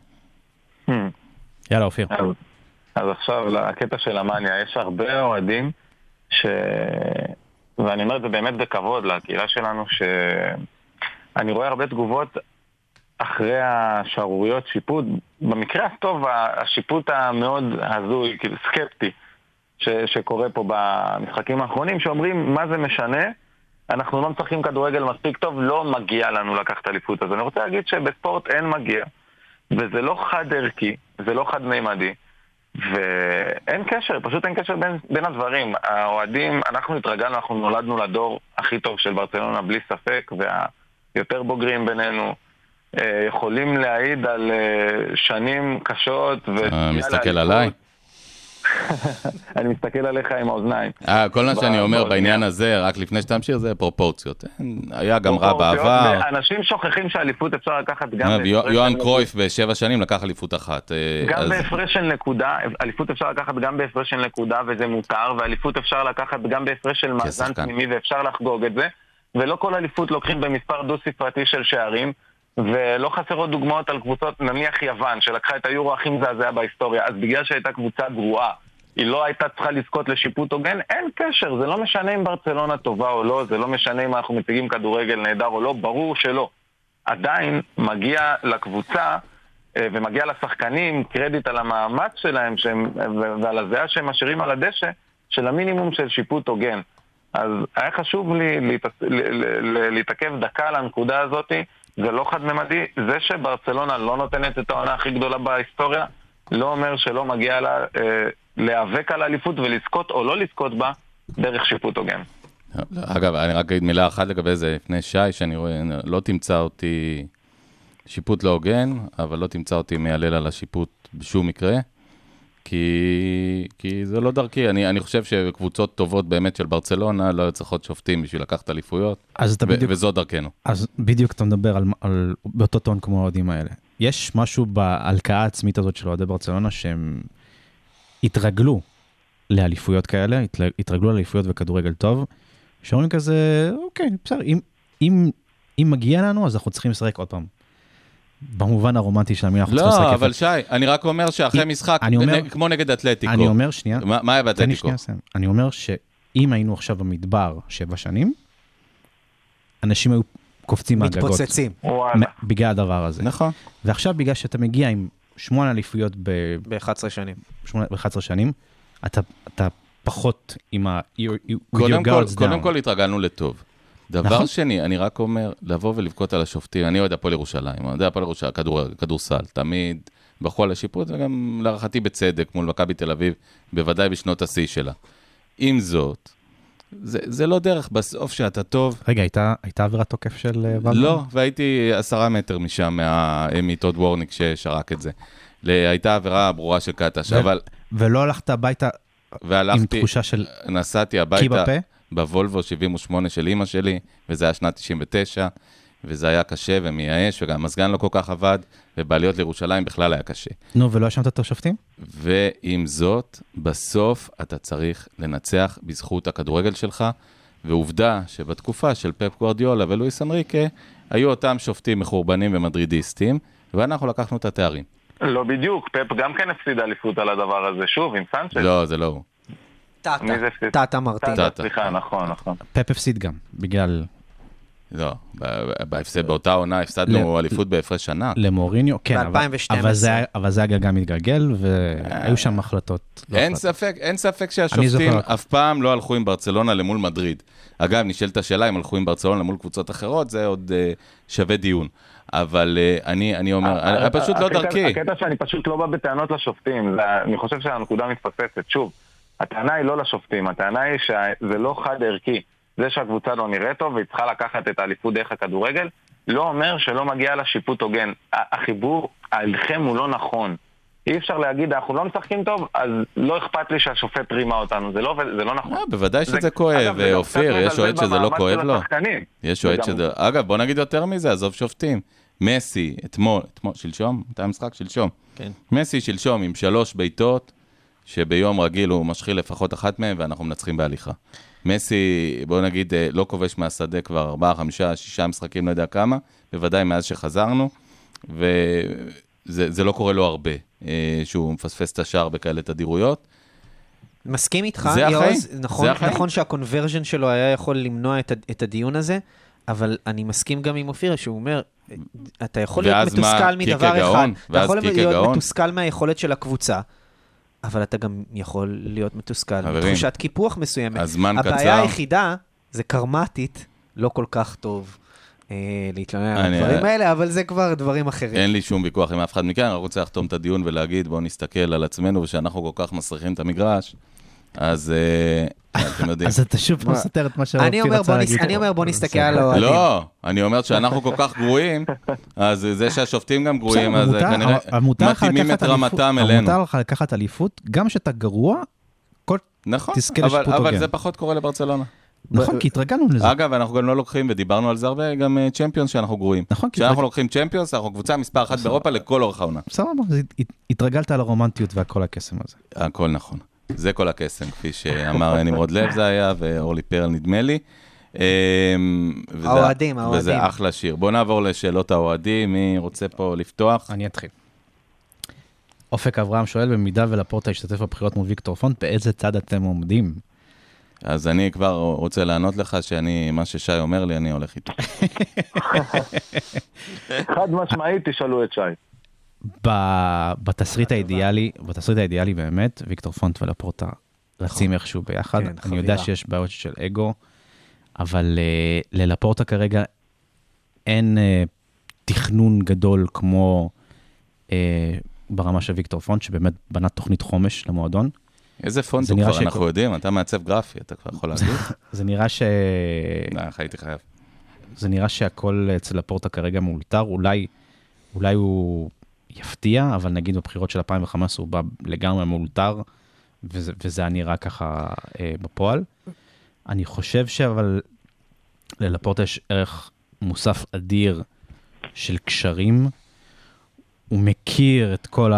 D: יאללה, אופיר.
F: אז, אז עכשיו, לקטע של המניה, יש הרבה אוהדים, ש... ואני אומר את זה באמת בכבוד לקהילה שלנו, שאני רואה הרבה תגובות אחרי השערוריות שיפוט, במקרה הטוב השיפוט המאוד הזוי, כאילו סקפטי, ש... שקורה פה במשחקים האחרונים, שאומרים מה זה משנה, אנחנו לא משחקים כדורגל מספיק טוב, לא מגיע לנו לקחת אליפות. אז אני רוצה להגיד שבספורט אין מגיע, וזה לא חד ערכי, זה לא חד מימדי, ואין קשר, פשוט אין קשר בין, בין הדברים. האוהדים, אנחנו התרגלנו, אנחנו נולדנו לדור הכי טוב של ברצלונה בלי ספק, והיותר בוגרים בינינו יכולים להעיד על שנים קשות.
C: מסתכל עליי?
F: אני מסתכל עליך עם האוזניים.
C: כל מה שאני אומר בעניין הזה, רק לפני שתמשיך, זה פרופורציות. היה גם רע בעבר.
F: אנשים שוכחים שהאליפות אפשר לקחת גם...
C: יוהאן קרויף בשבע שנים לקח אליפות אחת.
F: גם בהפרש של נקודה, אליפות אפשר לקחת גם בהפרש של נקודה, וזה מותר, ואליפות אפשר לקחת גם בהפרש של מאזן פנימי, ואפשר לחגוג את זה, ולא כל אליפות לוקחים במספר דו-ספרתי של שערים, ולא חסרות דוגמאות על קבוצות, נניח יוון, שלקחה את היורו הכי מזעזע בהיסטוריה, אז בגלל שהייתה קבוצה גרועה, היא לא הייתה צריכה לזכות לשיפוט הוגן, אין קשר, זה לא משנה אם ברצלונה טובה או לא, זה לא משנה אם אנחנו מציגים כדורגל נהדר או לא, ברור שלא. עדיין מגיע לקבוצה ומגיע לשחקנים קרדיט על המאמץ שלהם שהם, ועל הזיעה שהם משאירים על הדשא של המינימום של שיפוט הוגן. אז היה חשוב לי להתעכב דקה על הנקודה הזאת, זה לא חד ממדי, זה שברצלונה לא נותנת את העונה הכי גדולה בהיסטוריה, לא אומר שלא מגיע לה אה, להיאבק על האליפות ולזכות או לא לזכות בה דרך שיפוט הוגן.
C: אגב, אני רק אגיד מילה אחת לגבי זה לפני שי, שאני רואה, לא תמצא אותי שיפוט לא הוגן, אבל לא תמצא אותי מיילל על השיפוט בשום מקרה, כי, כי זה לא דרכי. אני, אני חושב שקבוצות טובות באמת של ברצלונה לא צריכות שופטים בשביל לקחת אליפויות, ו- בדיוק, וזו דרכנו.
D: אז בדיוק אתה מדבר על, על, באותו טון כמו האוהדים האלה. יש משהו בהלקאה העצמית הזאת של אוהדי ברצלונה שהם התרגלו לאליפויות כאלה, התרגלו לאליפויות וכדורגל טוב, שאומרים כזה, אוקיי, בסדר, אם, אם, אם מגיע לנו, אז אנחנו צריכים לשחק עוד פעם. במובן הרומנטי של המילה, אנחנו צריכים לשחק.
C: לא, אבל שי, אני רק אומר שאחרי משחק, כמו נגד אתלטיקו.
D: אני אומר שנייה.
C: מה היה באתלטיקו?
D: אני אומר שאם היינו עכשיו במדבר שבע שנים, אנשים היו קופצים מהגגות.
E: מתפוצצים.
D: בגלל הדבר הזה.
C: נכון.
D: ועכשיו בגלל שאתה מגיע עם שמונה אליפויות
E: ב-אחת עשרה שנים.
D: ב-אחת עשרה שנים, אתה, אתה פחות עם ה...
C: קודם כל, קודם כל התרגלנו לטוב. דבר שני, אני רק אומר, לבוא ולבכות על השופטים, אני אוהד הפועל ירושלים, אוהד הפועל ירושלים, כדורסל, תמיד בחו על השיפוט, וגם להערכתי בצדק מול מכבי תל אביב, בוודאי בשנות השיא שלה. עם זאת, זה, זה לא דרך בסוף שאתה טוב.
D: רגע, הייתה, הייתה עבירת תוקף של ולדמן?
C: לא, והייתי עשרה מטר משם, מהמיטוד וורניק ששרק את זה. הייתה עבירה ברורה של קטש, אבל...
D: ולא הלכת הביתה עם תחושה של...
C: נסעתי הביתה בוולבו שבעים ושמונה של אמא שלי, וזה היה שנת תשעים ותשע, וזה היה קשה ומייאש, וגם המזגן לא כל כך עבד, ובעליות לירושלים בכלל היה קשה.
D: נו, ולא אשמת את השופטים?
C: ועם זאת, בסוף אתה צריך לנצח בזכות הכדורגל שלך, ועובדה שבתקופה של פפ גוארדיולה ולואיס אנריקה, היו אותם שופטים מחורבנים ומדרידיסטים, ואנחנו לקחנו את התארים.
F: לא בדיוק, פפ גם כן הפסיד אליפות על הדבר הזה, שוב, עם סנצ'ז.
C: לא, זה לא הוא.
E: טאטה, טאטה מרטין.
F: טאטה, סליחה, נכון, נכון.
D: פפ הפסיד גם, בגלל...
C: לא, בהפסד באותה עונה הפסדנו אליפות בהפרש שנה.
D: למוריניו, כן,
E: ב-אלפיים ושתים עשרה.
D: אבל זה היה גם מתגלגל, והיו שם החלטות.
C: אין ספק, אין ספק שהשופטים אף פעם לא הלכו עם ברצלונה למול מדריד. אגב, נשאלת השאלה אם הלכו עם ברצלונה למול קבוצות אחרות, זה עוד שווה דיון. אבל אני, אני אומר, פשוט לא דרכי.
F: הקטע שאני פשוט לא בא בטענות לשופטים, אני חושב שהנקודה מתפספת. שוב, הטענה היא לא לשופטים, הטענה היא שזה לא חד ערכי. זה שהקבוצה לא נראית טוב והיא צריכה לקחת את האליפות דרך הכדורגל, לא אומר שלא מגיע לה שיפוט הוגן. החיבור עליכם הוא לא נכון. אי אפשר להגיד, אנחנו לא משחקים טוב, אז לא אכפת לי שהשופט רימה אותנו. זה לא, זה לא נכון.
C: בוודאי שזה כואב, אופיר, יש אוהד שזה לא כואב לו. יש אוהד שזה... אגב, בוא נגיד יותר מזה, עזוב שופטים. מסי, אתמול, אתמול, שלשום, אתה משחק שלשום.
E: כן.
C: מסי שלשום עם שלוש ביתות, שביום רגיל הוא משחיל לפחות אחת מהם, ואנחנו מנצחים בהליכה. מסי, בוא נגיד, לא כובש מהשדה כבר ארבעה, חמישה, שישה משחקים, לא יודע כמה, בוודאי מאז שחזרנו, וזה זה לא קורה לו הרבה, שהוא מפספס את השער בכאלה תדירויות.
E: מסכים איתך,
C: זה החיים,
E: נכון,
C: זה החיים.
E: נכון שהקונברז'ן שלו היה יכול למנוע את, את הדיון הזה, אבל אני מסכים גם עם אופיר, שהוא אומר, אתה יכול להיות מתוסכל מדבר אחד, אתה יכול להיות מתוסכל מהיכולת של הקבוצה, אבל אתה גם יכול להיות מתוסכל, תחושת קיפוח מסוימת. הבעיה היחידה זה קרמטית, לא כל כך טוב להתלונן על הדברים האלה, אבל זה כבר דברים אחרים.
C: אין לי שום ויכוח עם אף אחד מכאן, אני רוצה לחתום את הדיון ולהגיד, בואו נסתכל על עצמנו, ושאנחנו כל כך מסריחים את המגרש, אז אתם יודעים.
D: אז אתה שוב פה סותר את מה שאופיר רצה להגיד.
E: אני אומר, בוא נסתכל על האוהדים.
C: לא, אני אומר שאנחנו כל כך גרועים, אז זה שהשופטים גם גרועים, אז כנראה מתאימים את רמתם אלינו.
D: מותר לך לקחת אליפות, גם שאתה גרוע,
C: נכון,
D: תזכה לשיפוט הוגן.
C: אבל זה פחות קורה לברצלונה.
D: נכון, כי התרגלנו לזה.
C: אגב, אנחנו גם לא לוקחים, ודיברנו על זה הרבה, גם צ'מפיונס שאנחנו גרועים.
D: נכון, כי...
C: כשאנחנו לוקחים צ'מפיונס, אנחנו קבוצה מספר אחת באירופה לכל אורך העונה.
D: סבבה, התרגלת על הרומנטיות והכל הקסם הזה.
C: הכל נכון. זה כל הקסם, כפי שאמר נמרוד לב זה היה, ואורלי פרל נדמה לי.
E: האוהדים, האוהדים.
C: וזה אחלה שיר. בואו נעבור לשאלות האוהדים, מי רוצה פה לפתוח?
D: אני אתחיל. אופק אברהם שואל, במידה ולפורטה השתתף בבחירות מול ויקטור פונט, באיזה צד אתם עומדים?
C: אז אני כבר רוצה לענות לך שאני, מה ששי אומר לי, אני הולך איתו.
F: חד משמעית, תשאלו את שי.
D: בתסריט האידיאלי, בתסריט האידיאלי באמת, ויקטור פונט ולפורטה רצים איכשהו ביחד. אני יודע שיש בעיות של אגו, אבל ללפורטה כרגע אין תכנון גדול כמו ברמה של ויקטור פונט, שבאמת בנה תוכנית חומש למועדון.
C: איזה פונט
D: זה
C: הוא
D: נראה
C: כבר,
D: שכל-
C: אנחנו יודעים, אתה מעצב גרפי, אתה כבר יכול להגיד?
D: זה נראה ש...
C: לא, הייתי חייב.
D: זה נראה שהכל אצל לפורטה כרגע מאולתר, אולי, אולי הוא יפתיע, אבל נגיד בבחירות של אלפיים וחמש עשרה הוא בא לגמרי מאולתר, וזה, וזה היה נראה ככה אה, בפועל. אני חושב שאבל ללפורטה יש ערך מוסף אדיר של קשרים, הוא מכיר את כל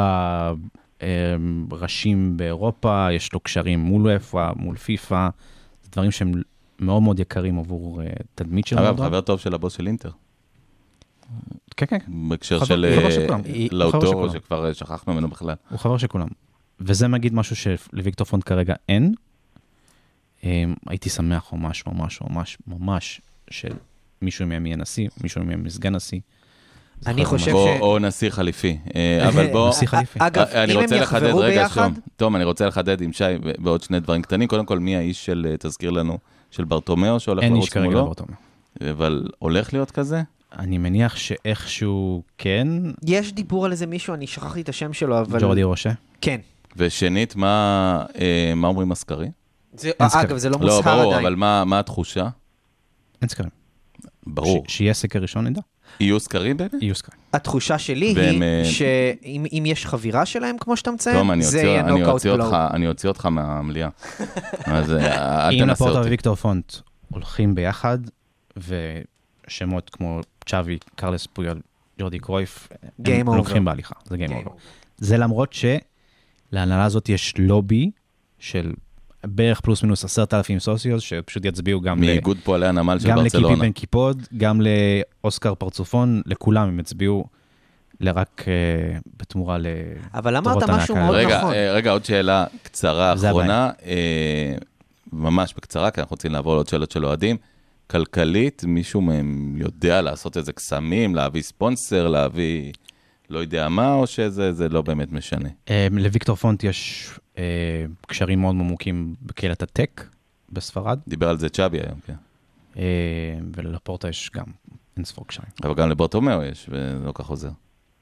D: הראשים באירופה, יש לו קשרים מול אופה, מול פיפה, זה דברים שהם מאוד מאוד יקרים עבור uh, תדמית של
C: אגב,
D: מועדון.
C: חבר טוב של הבוס של אינטר.
D: כן, כן, כן.
C: בהקשר
D: חבר-
C: של
D: הוא חבר של כולם.
C: אה,
D: הוא
C: לאוטורו,
D: חבר של
C: שכבר שכחנו ממנו בכלל.
D: הוא חבר של כולם. וזה מגיד משהו שלוויקטור פונט כרגע אין. Um, הייתי שמח ממש, ממש, ממש, ממש, של מישהו מהם יהיה נשיא, מישהו מהם סגן נשיא.
E: אני
D: זוכר
E: חושב
D: ממש.
C: או
E: ש-
C: או נשיא חליפי. אה, אבל בוא...
D: נשיא חליפי.
E: אגב,
C: אני
E: אם הם
C: רוצה לחדד,
E: יחברו
C: רגע,
E: ביחד,
C: תום, תום, אני רוצה לחדד עם שי בעוד שני דברים קטנים. קודם כל, מי האיש של, אה, תזכיר לנו, של ברטומאו שהולך
D: אין איש
C: לרוץ
D: כרגע
C: מולו?
D: ברטומאו.
C: אבל הולך להיות כזה?
D: אני מניח שאיכשהו כן,
E: יש דיבור על איזה מישהו, אני שכחתי את השם שלו, אבל...
D: ג'ורדי רושה.
E: כן.
C: ושנית, מה אה, מה אומרים הסקרים?
E: זה-
D: אין סקרים.
E: אגב, זה לא
C: לא,
E: מוסהר
C: ברור,
E: עדיין.
C: אבל מה מה התחושה?
D: אין סקרים.
C: ברור.
D: ש- שיהיה סקר ראשון, נדע.
C: יהיו סקרים באמת?
D: יהיו סקרים.
E: התחושה שלי
C: והם,
E: היא
C: אה,
E: שאם אם יש חבירה שלהם, כמו שאתה מציין,
C: תום, אני
E: זה
C: אוציא-
E: יהיה
C: אני
E: נוקאוט
C: אוציא אותך-
E: בלואו.
C: אני אוציא אותך מהמליאה. אז אה, אל
D: אם
C: תנסה
D: לפורטה
C: אותי.
D: וויקטור פונט הולכים ביחד, ושמות כמו צ'אבי, קרלס פויול, ג'ורדי קרויף,
E: Game
D: הם
E: over.
D: לוקחים בהליכה. זה Game
E: Game
D: over. זה למרות שלהנהלה הזאת יש לובי של בערך פלוס מינוס עשרת אלפים סוציוס, שפשוט יצביעו גם ל-
C: מאיגוד פועלי הנמל של
D: גם לקיפי
C: ברצלונה.
D: בן קיפוד, גם לאוסקר פרצופון, לכולם הם הצביעו לרק אה, בתמורה ל...
E: אבל
D: טובות
E: אמרת משהו
D: הנאה
E: מאוד
D: כאלה.
C: רגע,
E: נכון.
C: אה, רגע, עוד שאלה קצרה
D: זה
C: אחרונה, אה, ממש בקצרה, כי אנחנו רוצים לעבור לעוד שאלות של אוהדים. כלכלית, מישהו מהם יודע לעשות איזה קסמים, להביא ספונסר, להביא לא יודע מה, או שזה זה לא באמת משנה?
D: אה, לוויקטור פונט יש אה, קשרים מאוד עמוקים בקהילת הטק בספרד,
C: דיבר על זה צ'אבי היום, כן.
D: אה, ולפורטה יש גם אין ספור קשרים.
C: אבל גם לברטומאו יש, ולא כך עוזר.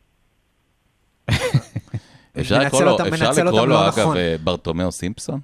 C: אפשר
E: מנצל
C: לקרוא לו,
E: אותם-
C: אפשר
E: מנצל
C: לקרוא
E: אותם
C: לו,
E: לא
C: אגב,
E: נכון.
C: אה, ברטומאו סימפסון?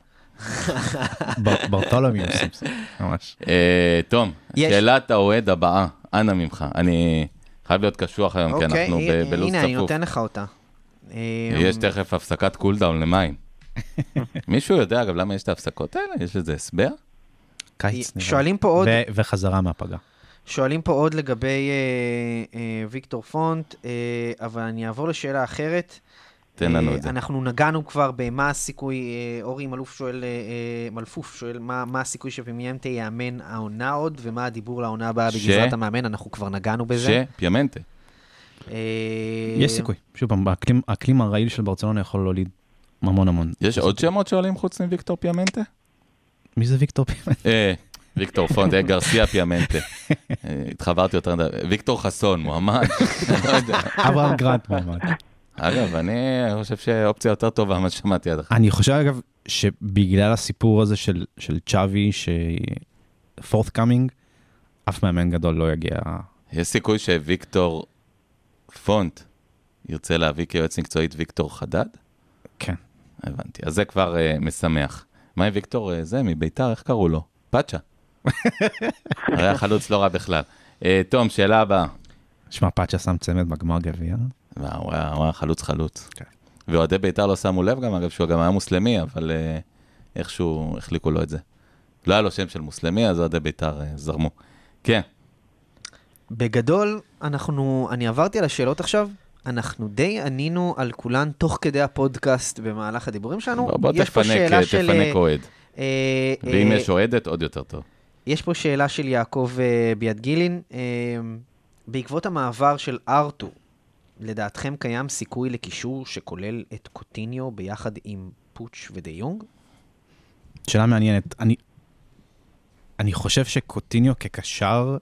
D: בר- ברטולומיו סימפסון, ממש.
C: אה, תום,
E: יש.
C: שאלת האוהד הבאה, אנא ממך. אני חייב להיות קשוח היום, כי
E: אוקיי,
C: אנחנו
E: הנה,
C: ב- בלו"ז
E: הנה, אני
C: צפוף.
E: נותן לך אותה. אה,
C: יש תכף הפסקת קולדאון למים. מישהו יודע, אגב, למה יש את ההפסקות האלה? יש לזה הסבר?
D: קיץ נראה.
E: שואלים פה עוד,
D: ו- וחזרה מהפגה.
E: שואלים פה עוד לגבי אה, אה, ויקטור פונט, אה, אבל אני אעבור לשאלה אחרת.
C: תן לנו
E: אה,
C: את זה.
E: אנחנו נגענו כבר במה הסיכוי, אה, אורי מלוף שואל, אה, אה, מלפוף שואל, מה, מה הסיכוי שפימיאנטה יאמן העונה עוד, ומה הדיבור לעונה הבאה
C: ש-
E: בגזרת המאמן, אנחנו כבר נגענו בזה.
C: שפיאמנטה.
E: אה,
D: יש סיכוי. שוב פעם, האקלים- האקלים הרעיל של ברצלונה יכול להוליד המון המון.
C: יש עוד שמות שעולים חוץ מוויקטור פיאמנטה?
D: מי זה ויקטור פימנט?
C: אה, ויקטור פונט, אה, גרסיה פיאמנטה. אה, התחברתי יותר, ויקטור חסון, מועמד. אני לא יודע.
D: אברהם גרנט מועמד.
C: אגב, אני חושב שאופציה יותר טובה ממה ששמעתי עד עכשיו.
D: אני חושב, אגב, שבגלל הסיפור הזה של, של צ'אבי, ש... forthcoming, אף מאמן גדול לא יגיע.
C: יש סיכוי שוויקטור פונט ירצה להביא כיועץ מקצועית ויקטור חדד?
D: כן.
C: הבנתי. אז זה כבר uh, משמח. מה עם ויקטור uh, זה, מביתר, איך קראו לו? פאצ'ה. הרי החלוץ לא רע בכלל. Uh, תום, שאלה הבאה.
D: שמע, פאצ'ה שם צמד בגמר גביע.
C: וואו, הוא היה- הוא היה חלוץ חלוץ.
D: כן.
C: ואוהדי ביתר לא שמו לב גם, אגב, שהוא גם היה מוסלמי, אבל uh, איכשהו החליקו לו את זה. לא היה לו שם של מוסלמי, אז אוהדי ביתר uh, זרמו. כן.
E: בגדול, אנחנו, אני עברתי על השאלות עכשיו, אנחנו די ענינו על כולן תוך כדי הפודקאסט במהלך הדיבורים שלנו.
C: בוא, בוא
E: יש פה
C: תפנק,
E: שאלה של,
C: תפנק אוהד.
E: אה,
C: ואם
E: אה,
C: יש אוהדת, עוד יותר טוב.
E: יש פה שאלה של יעקב אה, ביד גילין. אה, בעקבות המעבר של ארתור, לדעתכם קיים סיכוי לקישור שכולל את קוטיניו ביחד עם פוץ' ודי יונג?
D: שאלה מעניינת. אני, אני חושב שקוטיניו כקשר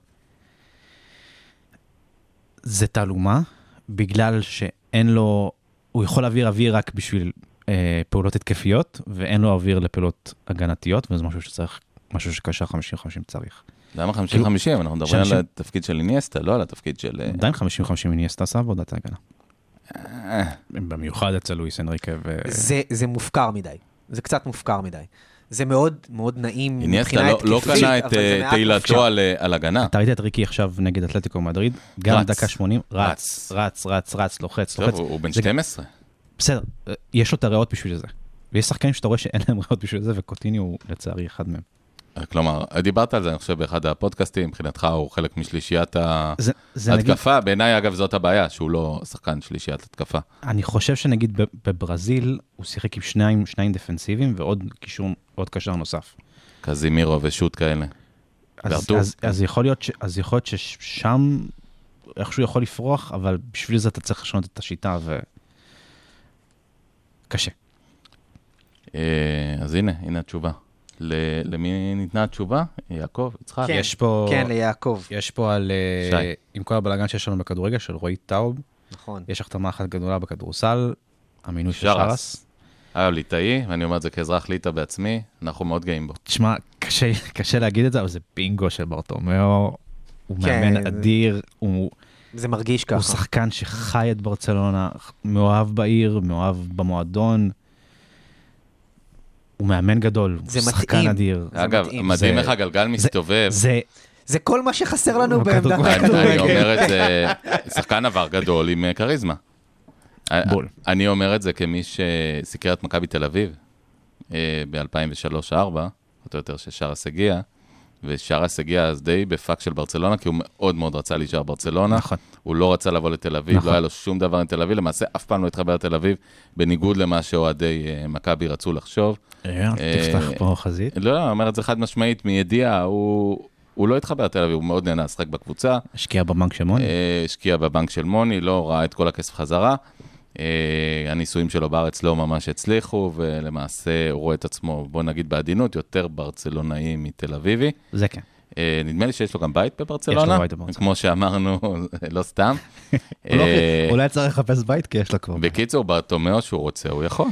D: זה תעלומה, בגלל שאין לו, הוא יכול להעביר אוויר רק בשביל אה, פעולות התקפיות, ואין לו אוויר לפעולות הגנתיות, וזה משהו שצריך, משהו שקשר חמישים חמישים צריך.
C: למה חמישים חמישים? אנחנו מדברים על
D: שאנשים-
C: התפקיד של איניאסטה, לא על התפקיד של... אה,
D: עדיין חמישים חמישים איניאסטה עשה עבודת ההגנה.
C: אה,
D: במיוחד אצל לואיס אנריקה ו...
E: זה, זה מופקר מדי. זה קצת מופקר מדי. זה מאוד מאוד נעים
C: איניאסטה
E: מבחינה
C: לא-
E: התקפית,
C: לא קנה את
E: אבל זה
C: אה,
E: מעט
C: תהילתו
E: מופקר.
C: על אה, על הגנה.
D: אתה ראית את ריקי עכשיו נגד אתלטיקו מדריד? גם
C: רץ.
D: דקה שמונים,
C: רץ.
D: רץ, רץ, רץ, רץ, לוחץ,
C: טוב,
D: לוחץ.
C: הוא הוא בן
D: זה-
C: שתים עשרה.
D: בסדר, יש לו את הריאות בשביל זה. ויש שחקנים שאתה רואה שאין להם ריאות בשביל זה, וקוטיני הוא לצערי אחד מהם.
C: כלומר, דיברת על זה, אני חושב, באחד הפודקאסטים, מבחינתך הוא חלק משלישיית
D: זה, זה נגיד,
C: ההתקפה. בעיניי, אגב, זאת הבעיה, שהוא לא שחקן שלישיית התקפה.
D: אני חושב שנגיד בב- בברזיל, הוא שיחק עם שניים, שניים דפנסיביים, ועוד קישור, עוד קשר נוסף.
C: קזימירו ושוט כאלה.
D: אז,
C: וארטור.
D: אז, אז, יכול להיות ש, אז יכול להיות ששם איכשהו יכול לפרוח, אבל בשביל זה אתה צריך לשנות את השיטה, ו... קשה.
C: אה, אז הנה, הנה התשובה. ל- למי ניתנה התשובה? יעקב, יצחק?
E: כן.
D: יש פה,
E: כן, ליעקב,
D: יש פה על, אה,
C: שי.
D: עם כל הבלגן שיש לנו בכדורגל, של רועי טאוב,
E: נכון.
D: יש החתמה אחת גדולה בכדורסל, המינוי של
C: שרס.
D: שרס.
C: אגב, ליטאי, ואני אומר את זה כאזרח ליטא בעצמי, אנחנו מאוד גאים בו.
D: תשמע, קשה, קשה להגיד את זה, אבל זה בינגו של ברטומיאו, הוא
E: כן,
D: מאמן
E: זה-
D: אדיר, הוא,
E: זה מרגיש ככה.
D: הוא שחקן שחי את ברצלונה, מאוהב בעיר, מאוהב במועדון, הוא מאמן גדול, הוא
E: זה
D: שחקן
E: מתאים.
D: אדיר.
E: זה
C: אגב,
E: מתאים.
C: מדהים
D: זה-
C: איך הגלגל מסתובב.
D: זה,
E: זה כל מה שחסר לנו בעמדת
D: בכדורגל.
C: אני- אני
E: הכדורגל.
C: אומר את זה, שחקן עבר גדול עם אה, כריזמה.
D: בול.
C: אני אומר את זה כמי שסיקר את מכבי תל אביב ב-אלפיים ושלוש ארבע, אותו יותר ששרס הגיע, ושרס הגיע אז די בפאק של ברצלונה, כי הוא מאוד מאוד רצה להישאר ברצלונה.
D: נכון.
C: הוא לא רצה לבוא לתל אביב,
D: נכון.
C: לא היה לו שום דבר עם תל אביב, למעשה אף פעם לא התחבר לתל אביב, בניגוד למה שאוהדי אה, מכבי רצו לחשוב.
D: אה, תפתח פה חזית.
C: לא, אני אומר את זה חד משמעית, מידיעה, הוא... הוא לא התחבר לתל אביב, הוא מאוד נהנה לשחק בקבוצה,
D: השקיע בבנק של מוני.
C: אה, השקיע בבנק של מוני, לא ראה את כל הכסף חזרה. אה, הניסויים שלו בארץ לא ממש הצליחו, ולמעשה הוא רואה את עצמו, בוא נגיד בעדינות, יותר ברצלונאי מתל אביבי.
D: זה כן.
C: אה, נדמה לי שיש לו גם בית בברצלונה.
D: יש לו בית בברצלונה.
C: כמו שאמרנו, לא סתם.
D: הוא לא-
C: אה,
D: אולי צריך לחפש בית, כי יש לו כבר.
C: בקיצור, ברטומיאו שהוא רוצה, הוא יכול.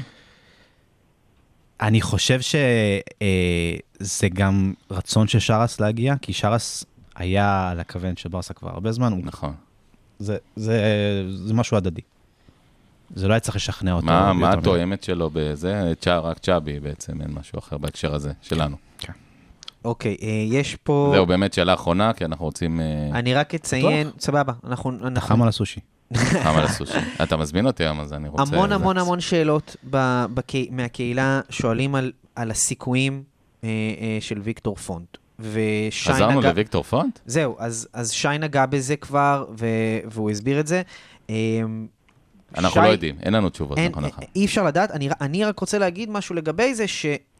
D: אני חושב שזה גם רצון של שרס להגיע, כי שרס היה על הכוון של ברסה כבר הרבה זמן, הוא-
C: נכון.
D: זה- זה זה משהו הדדי. זה לא היה צריך לשכנע אותו.
C: מה מה
D: יותר מדי.
C: התואמת שלו בזה? צ'ה- רק צ'אבי בעצם, אין משהו אחר בהקשר הזה, שלנו.
E: אוקיי, אה, יש פה...
C: זהו, באמת שאלה אחרונה, כי אנחנו רוצים... אה,
E: אני רק אציין, סבבה, אנחנו...
D: אתה
E: אנחנו-
D: חם על הסושי.
C: חם על הסושי. אתה מזמין אותי היום, אז אני רוצה...
E: המון
C: זה.
E: המון המון שאלות ב- בקה- מהקהילה שואלים על, על הסיכויים אה, אה, של ויקטור פונט. ושי
C: חזרנו
E: נגע...
C: לוויקטור פונט?
E: זהו, אז, אז שי נגע בזה כבר, ו... והוא הסביר את זה. אה,
C: אנחנו
E: שי-
C: לא יודעים, אין לנו תשובות,
E: אין,
C: נכון נכון.
E: אי אפשר לדעת, אני, אני רק רוצה להגיד משהו לגבי זה,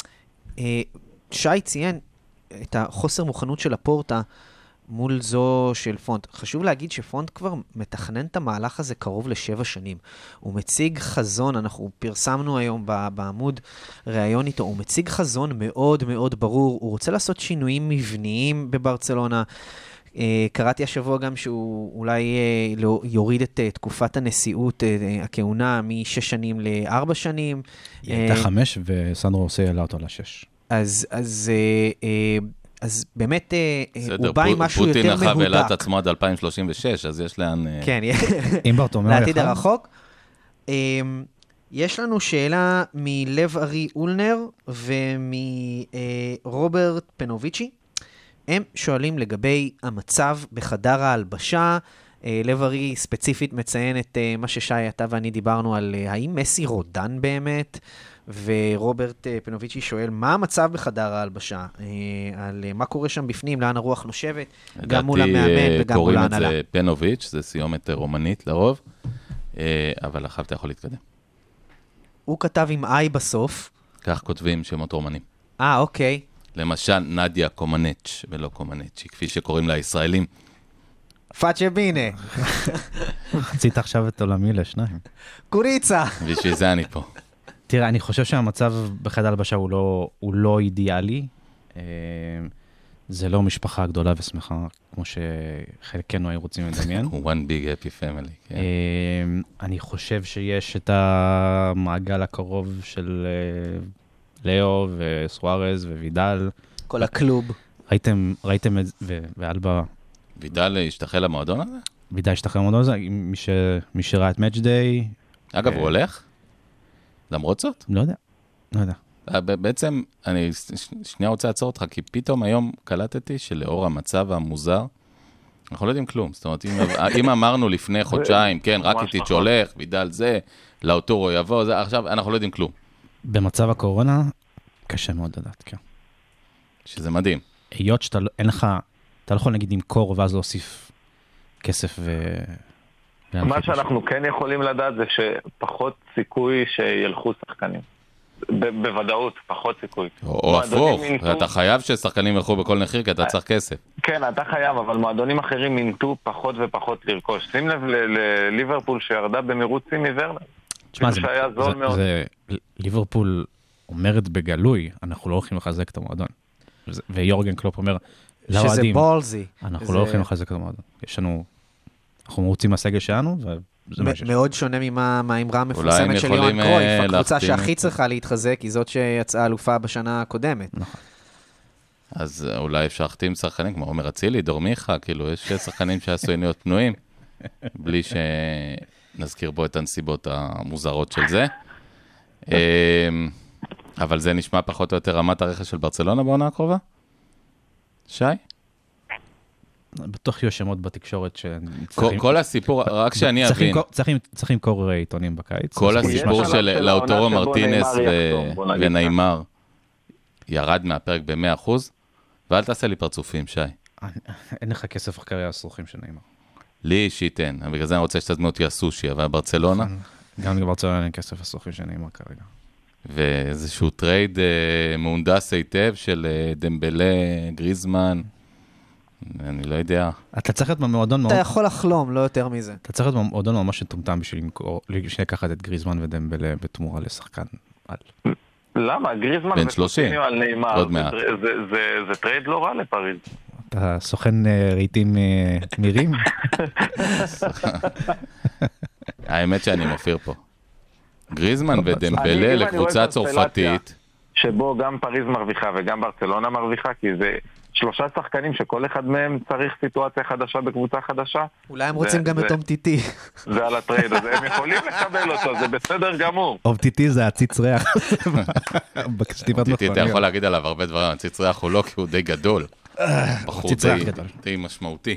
E: ששי ציין את החוסר מוכנות של הפורטה מול זו של פונט. חשוב להגיד שפונט כבר מתכנן את המהלך הזה קרוב לשבע שנים. הוא מציג חזון, אנחנו פרסמנו היום ב- בעמוד ראיון איתו, הוא מציג חזון מאוד מאוד ברור, הוא רוצה לעשות שינויים מבניים בברצלונה. אה, קראתי השבוע גם שהוא אולי אה, לא, יוריד את אה, תקופת הנשיאות, אה, אה, הכהונה, משש שנים לארבע שנים.
D: היא הייתה
E: אה,
D: חמש, וסנדרו עושה העלה אותו לשש.
E: אז, אז, אה, אה, אז באמת אה, אה,
C: בסדר,
E: הוא בא עם
C: פו-
E: משהו יותר
C: פוטין אחריו העלה את
E: מהודק.
C: עצמו עד אלפיים שלושים ושש, אז יש לאן... אה,
E: כן,
D: אם ברטומיאו
E: לעתיד
D: יכל,
E: הרחוק. אה, יש לנו שאלה מלב ארי אולנר ומרוברט פנוביצ'י. הם שואלים לגבי המצב בחדר ההלבשה. אה, לב ארי ספציפית מציין את אה, מה ששי, אתה ואני דיברנו על אה, האם מסי רודן באמת, ורוברט אה, פנוביצ'י שואל מה המצב בחדר ההלבשה, אה, על אה, מה קורה שם בפנים, לאן הרוח נושבת, גם מול
C: לדעתי,
E: המאמן
C: אה,
E: וגם מול ההנהלה.
C: קוראים את זה פנוביץ', זה סיומת אה, רומנית לרוב, אה, אבל עכשיו אתה יכול להתקדם.
E: הוא כתב עם איי בסוף.
C: כך כותבים שמות רומנים.
E: אה, אוקיי.
C: למשל, נדיה קומנץ' ולא קומנצ'י, כפי שקוראים לה ישראלים.
E: פאצ'ה בינה,
D: חצית עכשיו את עולמי לשניים.
E: קוריצה.
C: בשביל זה אני פה.
D: תראה, אני חושב שהמצב בחדר הלבשה הוא לא, הוא לא אידיאלי. אה, זה לא משפחה גדולה ושמחה, כמו שחלקנו היו רוצים לדמיין.
C: one big happy family. כן.
D: אה, אני חושב שיש את המעגל הקרוב של אה, לאו וסוארז ווידל.
E: כל הקלוב.
D: ראיתם, ראיתם את זה, ו- ואלבה,
C: וידל השתחל למועדון הזה?
D: וידל השתחרר מאוד על זה, מי, ש, מי שראה את מאץ' דיי,
C: אגב,
D: אה.
C: הוא הולך? למרות זאת?
D: לא יודע, לא יודע.
C: בעצם, אני שנייה רוצה לעצור אותך, כי פתאום היום קלטתי שלאור המצב המוזר, אנחנו לא יודעים כלום. זאת אומרת, אם אמרנו לפני חודשיים, כן, רק איתי שהולך, וידל זה, לאוטורו יבוא, זה, עכשיו אנחנו לא יודעים כלום.
D: במצב הקורונה, קשה מאוד לדעת, כן.
C: שזה מדהים.
D: היות שאתה אין לך, אתה לא יכול נגיד למכור ואז להוסיף כסף ו...
F: מה שאנחנו כן יכולים לדעת זה שפחות סיכוי שילכו שחקנים. בוודאות, פחות סיכוי.
C: או הפוך, אתה חייב ששחקנים ילכו בכל מחיר כי אתה צריך כסף.
F: כן, אתה חייב, אבל מועדונים אחרים מינטו פחות ופחות לרכוש. שים לב לליברפול שירדה במרוץ עם ורנר.
D: תשמע, ליברפול אומרת בגלוי, אנחנו לא הולכים לחזק את המועדון. ויורגן קלופ אומר,
E: שזה בולזי.
D: אנחנו לא הולכים לחזק את המועדון. יש לנו, אנחנו מרוצים מהסגל שלנו,
E: מאוד שונה מהאמרה המפורסמת של יוהאן קרויף, הקבוצה שהכי צריכה להתחזק היא זאת שיצאה אלופה בשנה הקודמת.
C: אז אולי אפשר להחתים שחקנים, כמו עומר אצילי, דור מיכה, כאילו יש שחקנים שעשויים להיות פנויים, בלי שנזכיר בו את הנסיבות המוזרות של זה. אבל זה נשמע פחות או יותר רמת הרכש של ברצלונה בעונה הקרובה? שי?
D: בטוח יהיו שמות בתקשורת ש...
C: כל הסיפור, רק שאני אבין.
D: צריך למכור עיתונים בקיץ.
C: כל הסיפור של לאוטורו מרטינס וניימר ירד מהפרק ב-מאה אחוז, ואל תעשה לי פרצופים, שי.
D: אין לך כסף אחרי הסרוכים של ניימר.
C: לי אישית אין, בגלל זה אני רוצה שתזמין אותי הסושי, אבל ברצלונה?
D: גם לברצלונה אין כסף הסרוכים של ניימר כרגע.
C: ואיזשהו טרייד מהונדס היטב של דמבלה, גריזמן, אני לא יודע.
D: אתה צריך להיות במועדון מאוד...
E: אתה יכול לחלום, לא יותר מזה.
D: אתה צריך להיות במועדון ממש מטומטם בשביל לקחת את גריזמן ודמבלה בתמורה לשחקן על.
F: למה? גריזמן וקוטיניו על ניימר, זה טרייד לא רע לפריז.
D: אתה סוכן רהיטים מירים?
C: האמת שאני מופיע פה. גריזמן ודמבלה לקבוצה צרפתית.
F: שבו גם פריז מרוויחה וגם ברצלונה מרוויחה, כי זה שלושה שחקנים שכל אחד מהם צריך סיטואציה חדשה בקבוצה חדשה.
E: אולי הם רוצים גם את אומטיטי.
F: זה על הטרייד הזה, הם יכולים לקבל אותו, זה בסדר גמור.
D: אומטיטי זה הציץ ריח.
C: אומטיטי, אתה יכול להגיד עליו הרבה דברים, הציץ ריח הוא לא, כי הוא די גדול. בחור די משמעותי.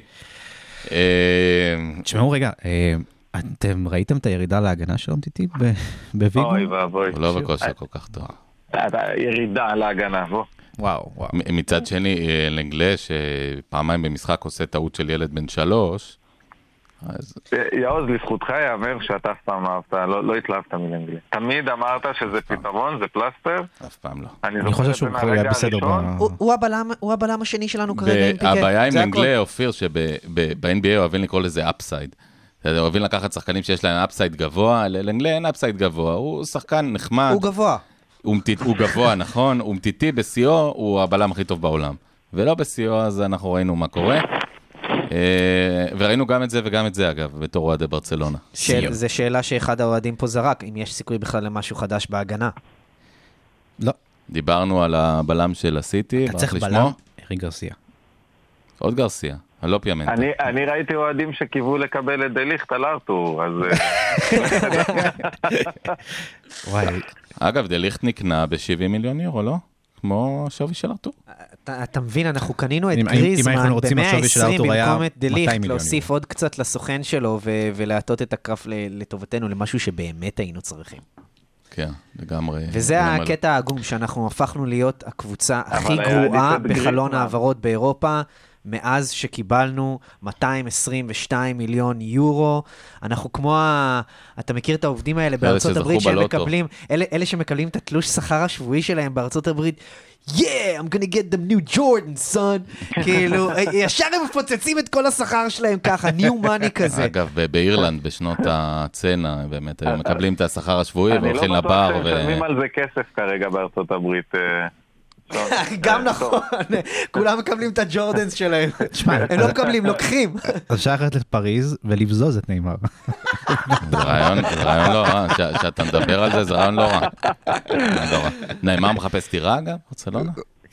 D: תשמעו רגע, אתם ראיתם את הירידה להגנה של אומטיטי בוויגו?
F: אוי ואבוי.
C: הוא לא בכושר כל כך טוב.
F: ירידה להגנה, בוא.
D: וואו, וואו.
C: מצד שני, לנגלה שפעמיים במשחק עושה טעות של ילד בן שלוש, אז...
F: יעוז, לזכותך יאמר שאתה אף פעם אהבת, לא התלהבת מלנגלה. תמיד אמרת שזה פתרון, זה פלסטר.
C: אף פעם לא.
D: אני חושב שהוא היה בסדר.
E: הוא הבלם השני שלנו כרגע עם פיקה.
C: הבעיה עם לנגלה, אופיר, שב-אן בי איי אוהבים לקרוא לזה אפסייד. אוהבים לקחת שחקנים שיש להם אפסייד גבוה, לנגלה אין אפסייד גבוה, הוא שחקן נחמד.
E: הוא גבוה.
C: הוא גבוה, נכון, אומטיטי בסיוע הוא הבלם הכי טוב בעולם. ולא בסיוע, אז אנחנו ראינו מה קורה. וראינו גם את זה וגם את זה, אגב, בתור אוהדי ברצלונה.
E: זו שאלה שאחד האוהדים פה זרק, אם יש סיכוי בכלל למשהו חדש בהגנה.
D: לא.
C: דיברנו על הבלם של הסיטי.
D: אתה צריך בלם? ארי גרסיה.
C: עוד גרסיה. לא פיאמנטה.
F: אני, אני ראיתי אוהדים שקיוו לקבל את דליכט על ארתור, אז...
D: וואי.
C: אגב, דליכט נקנה ב-שבעים מיליון יורו, לא? כמו שווי של ארתור.
E: אתה, אתה מבין, אנחנו קנינו את גריזמן ב-מאה ועשרים במקום את דליכט, להוסיף עוד קצת לסוכן שלו ו- ולהטות את הקרף לטובתנו למשהו שבאמת היינו צריכים.
C: כן, לגמרי.
E: וזה הקטע העגום שאנחנו הפכנו להיות הקבוצה הכי גרועה בחלון העברות באירופה, מאז שקיבלנו מאתיים עשרים ושניים מיליון יורו. אנחנו כמו, ה... אתה מכיר את העובדים האלה בארצות הברית שהם מקבלים, אלה, אלה שמקבלים את התלוש שכר השבועי שלהם בארצות הברית, yeah, I'm gonna get them new Jordan, son. כאילו, ישר הם מפוצצים את כל השכר שלהם ככה, new money כזה.
C: אגב, באירלנד, בשנות הצנה, באמת, הם מקבלים את השכר השבועי והולכים לבר.
F: אני לא בטוח שהם משלמים על זה כסף כרגע בארצות הברית.
E: גם נכון, כולם מקבלים את הג'ורדנס שלהם. הם לא מקבלים, לוקחים.
D: אז אפשר ללכת לפריז ולבזוז את ניימר.
C: זה רעיון לא רע, שאתה מדבר על זה, זה רעיון לא רע. ניימר מחפש דירה אגב, ברצלונה?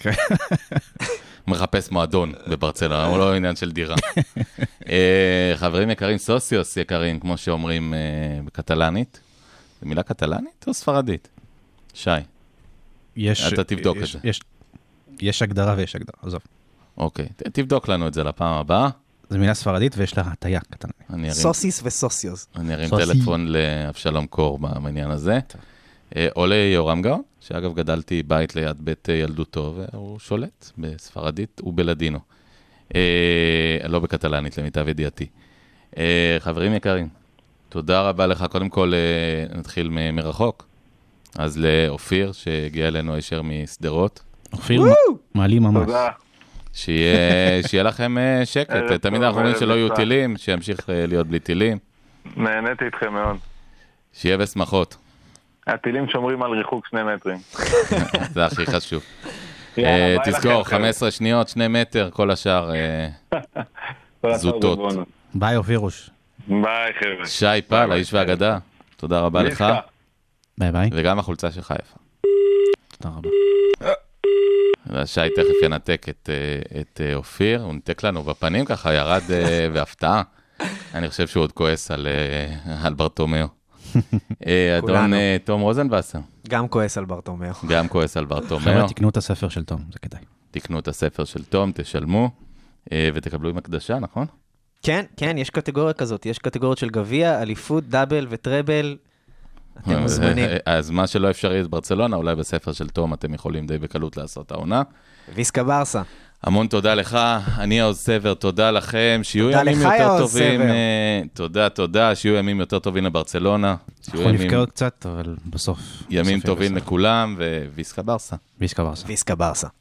C: מחפש מועדון בברצלונה, הוא לא עניין של דירה. חברים יקרים, סוסיוס יקרים, כמו שאומרים בקטלנית. זה מילה קטלנית או ספרדית? שי.
D: יש...
C: אתה תבדוק
D: יש-
C: את זה.
D: יש- יש הגדרה ויש הגדרה, עזוב.
C: אוקיי, ת- תבדוק לנו את זה לפעם הבאה.
D: זו מילה ספרדית ויש לה הטיה קטן.
C: אני ארים,
E: סוסיס וסוסיוס.
C: אני ארים
D: סוסי.
C: טלפון לאבשלום קור בעניין הזה. אה, או ליורם גאון, שאגב גדלתי בית ליד בית אה, ילדותו, והוא שולט בספרדית ובלדינו. אה, לא בקטלנית, למיטב ידיעתי. אה, חברים יקרים, תודה רבה לך. קודם כל אה, נתחיל מ- מרחוק. אז לאופיר, שהגיע אלינו הישר מסדרות,
D: אופיר, מעלים ממש.
F: תודה.
C: שיהיה, שיהיה לכם אה, שקט.
F: ערב
C: תמיד
F: טוב,
C: אנחנו אומרים
F: ערב
C: שלא יהיו
F: נפלא.
C: טילים, שימשיך אה, להיות בלי טילים.
F: נהניתי איתכם מאוד.
C: שיהיה בשמחות.
F: הטילים שומרים על ריחוק שני מטרים.
C: זה הכי חשוב.
F: יאללה,
C: אה,
F: ביי
C: תזכור,
F: לכם, חבר'ה.
C: חמש עשרה שניות, שני מטר, כל השאר אה,
F: כל השאר
C: זוטות.
F: זה בונוס.
D: ביי אופירוש.
F: ביי חבר'ה.
C: שי
F: ביי,
C: פל,
F: ביי.
C: האיש והאגדה, תודה רבה לך,
F: ליסקה.
D: ביי ביי.
C: וגם החולצה שלך יפה.
D: תודה רבה.
C: שי תכף ינתק את, אה, את אה, אופיר, הוא נתק לנו בפנים ככה, ירד אה, בהפתעה. אני חושב שהוא עוד כועס על, אה, על ברטומיאו. אה, אדון
E: כולנו.
C: אה, תום רוזנבסר,
E: גם כועס על ברטומיאו.
C: גם כועס על
D: חבר'ה,
C: ברטומיאו.
D: תקנו את הספר של תום, זה כדאי.
C: תקנו את הספר של תום, תשלמו, אה, ותקבלו עם הקדשה, נכון?
E: כן, כן, יש קטגוריה כזאת. יש קטגוריות של גביע, אליפות, דאבל וטראבל. אתם מוזמנים.
C: אז מה שלא אפשרי את ברצלונה, אולי בספר של תום אתם יכולים די בקלות לעשות העונה.
E: ויסקה ברסה.
C: המון תודה לך, אני העוז סבר, תודה לכם, שיהיו
E: תודה
C: ימים
E: לך,
C: יותר
E: יעוז
C: טובים,
E: סבר.
C: אה, תודה, תודה, שיהיו ימים יותר טובים לברצלונה, שיהיו
D: אנחנו
C: ימים,
D: נבכה עוד קצת, אבל בסוף...
C: ימים
D: בסוף
C: טובים
D: יהיה בסדר.
C: לכולם, וויסקה ברסה.
D: ויסקה ברסה.
E: ויסקה ברסה.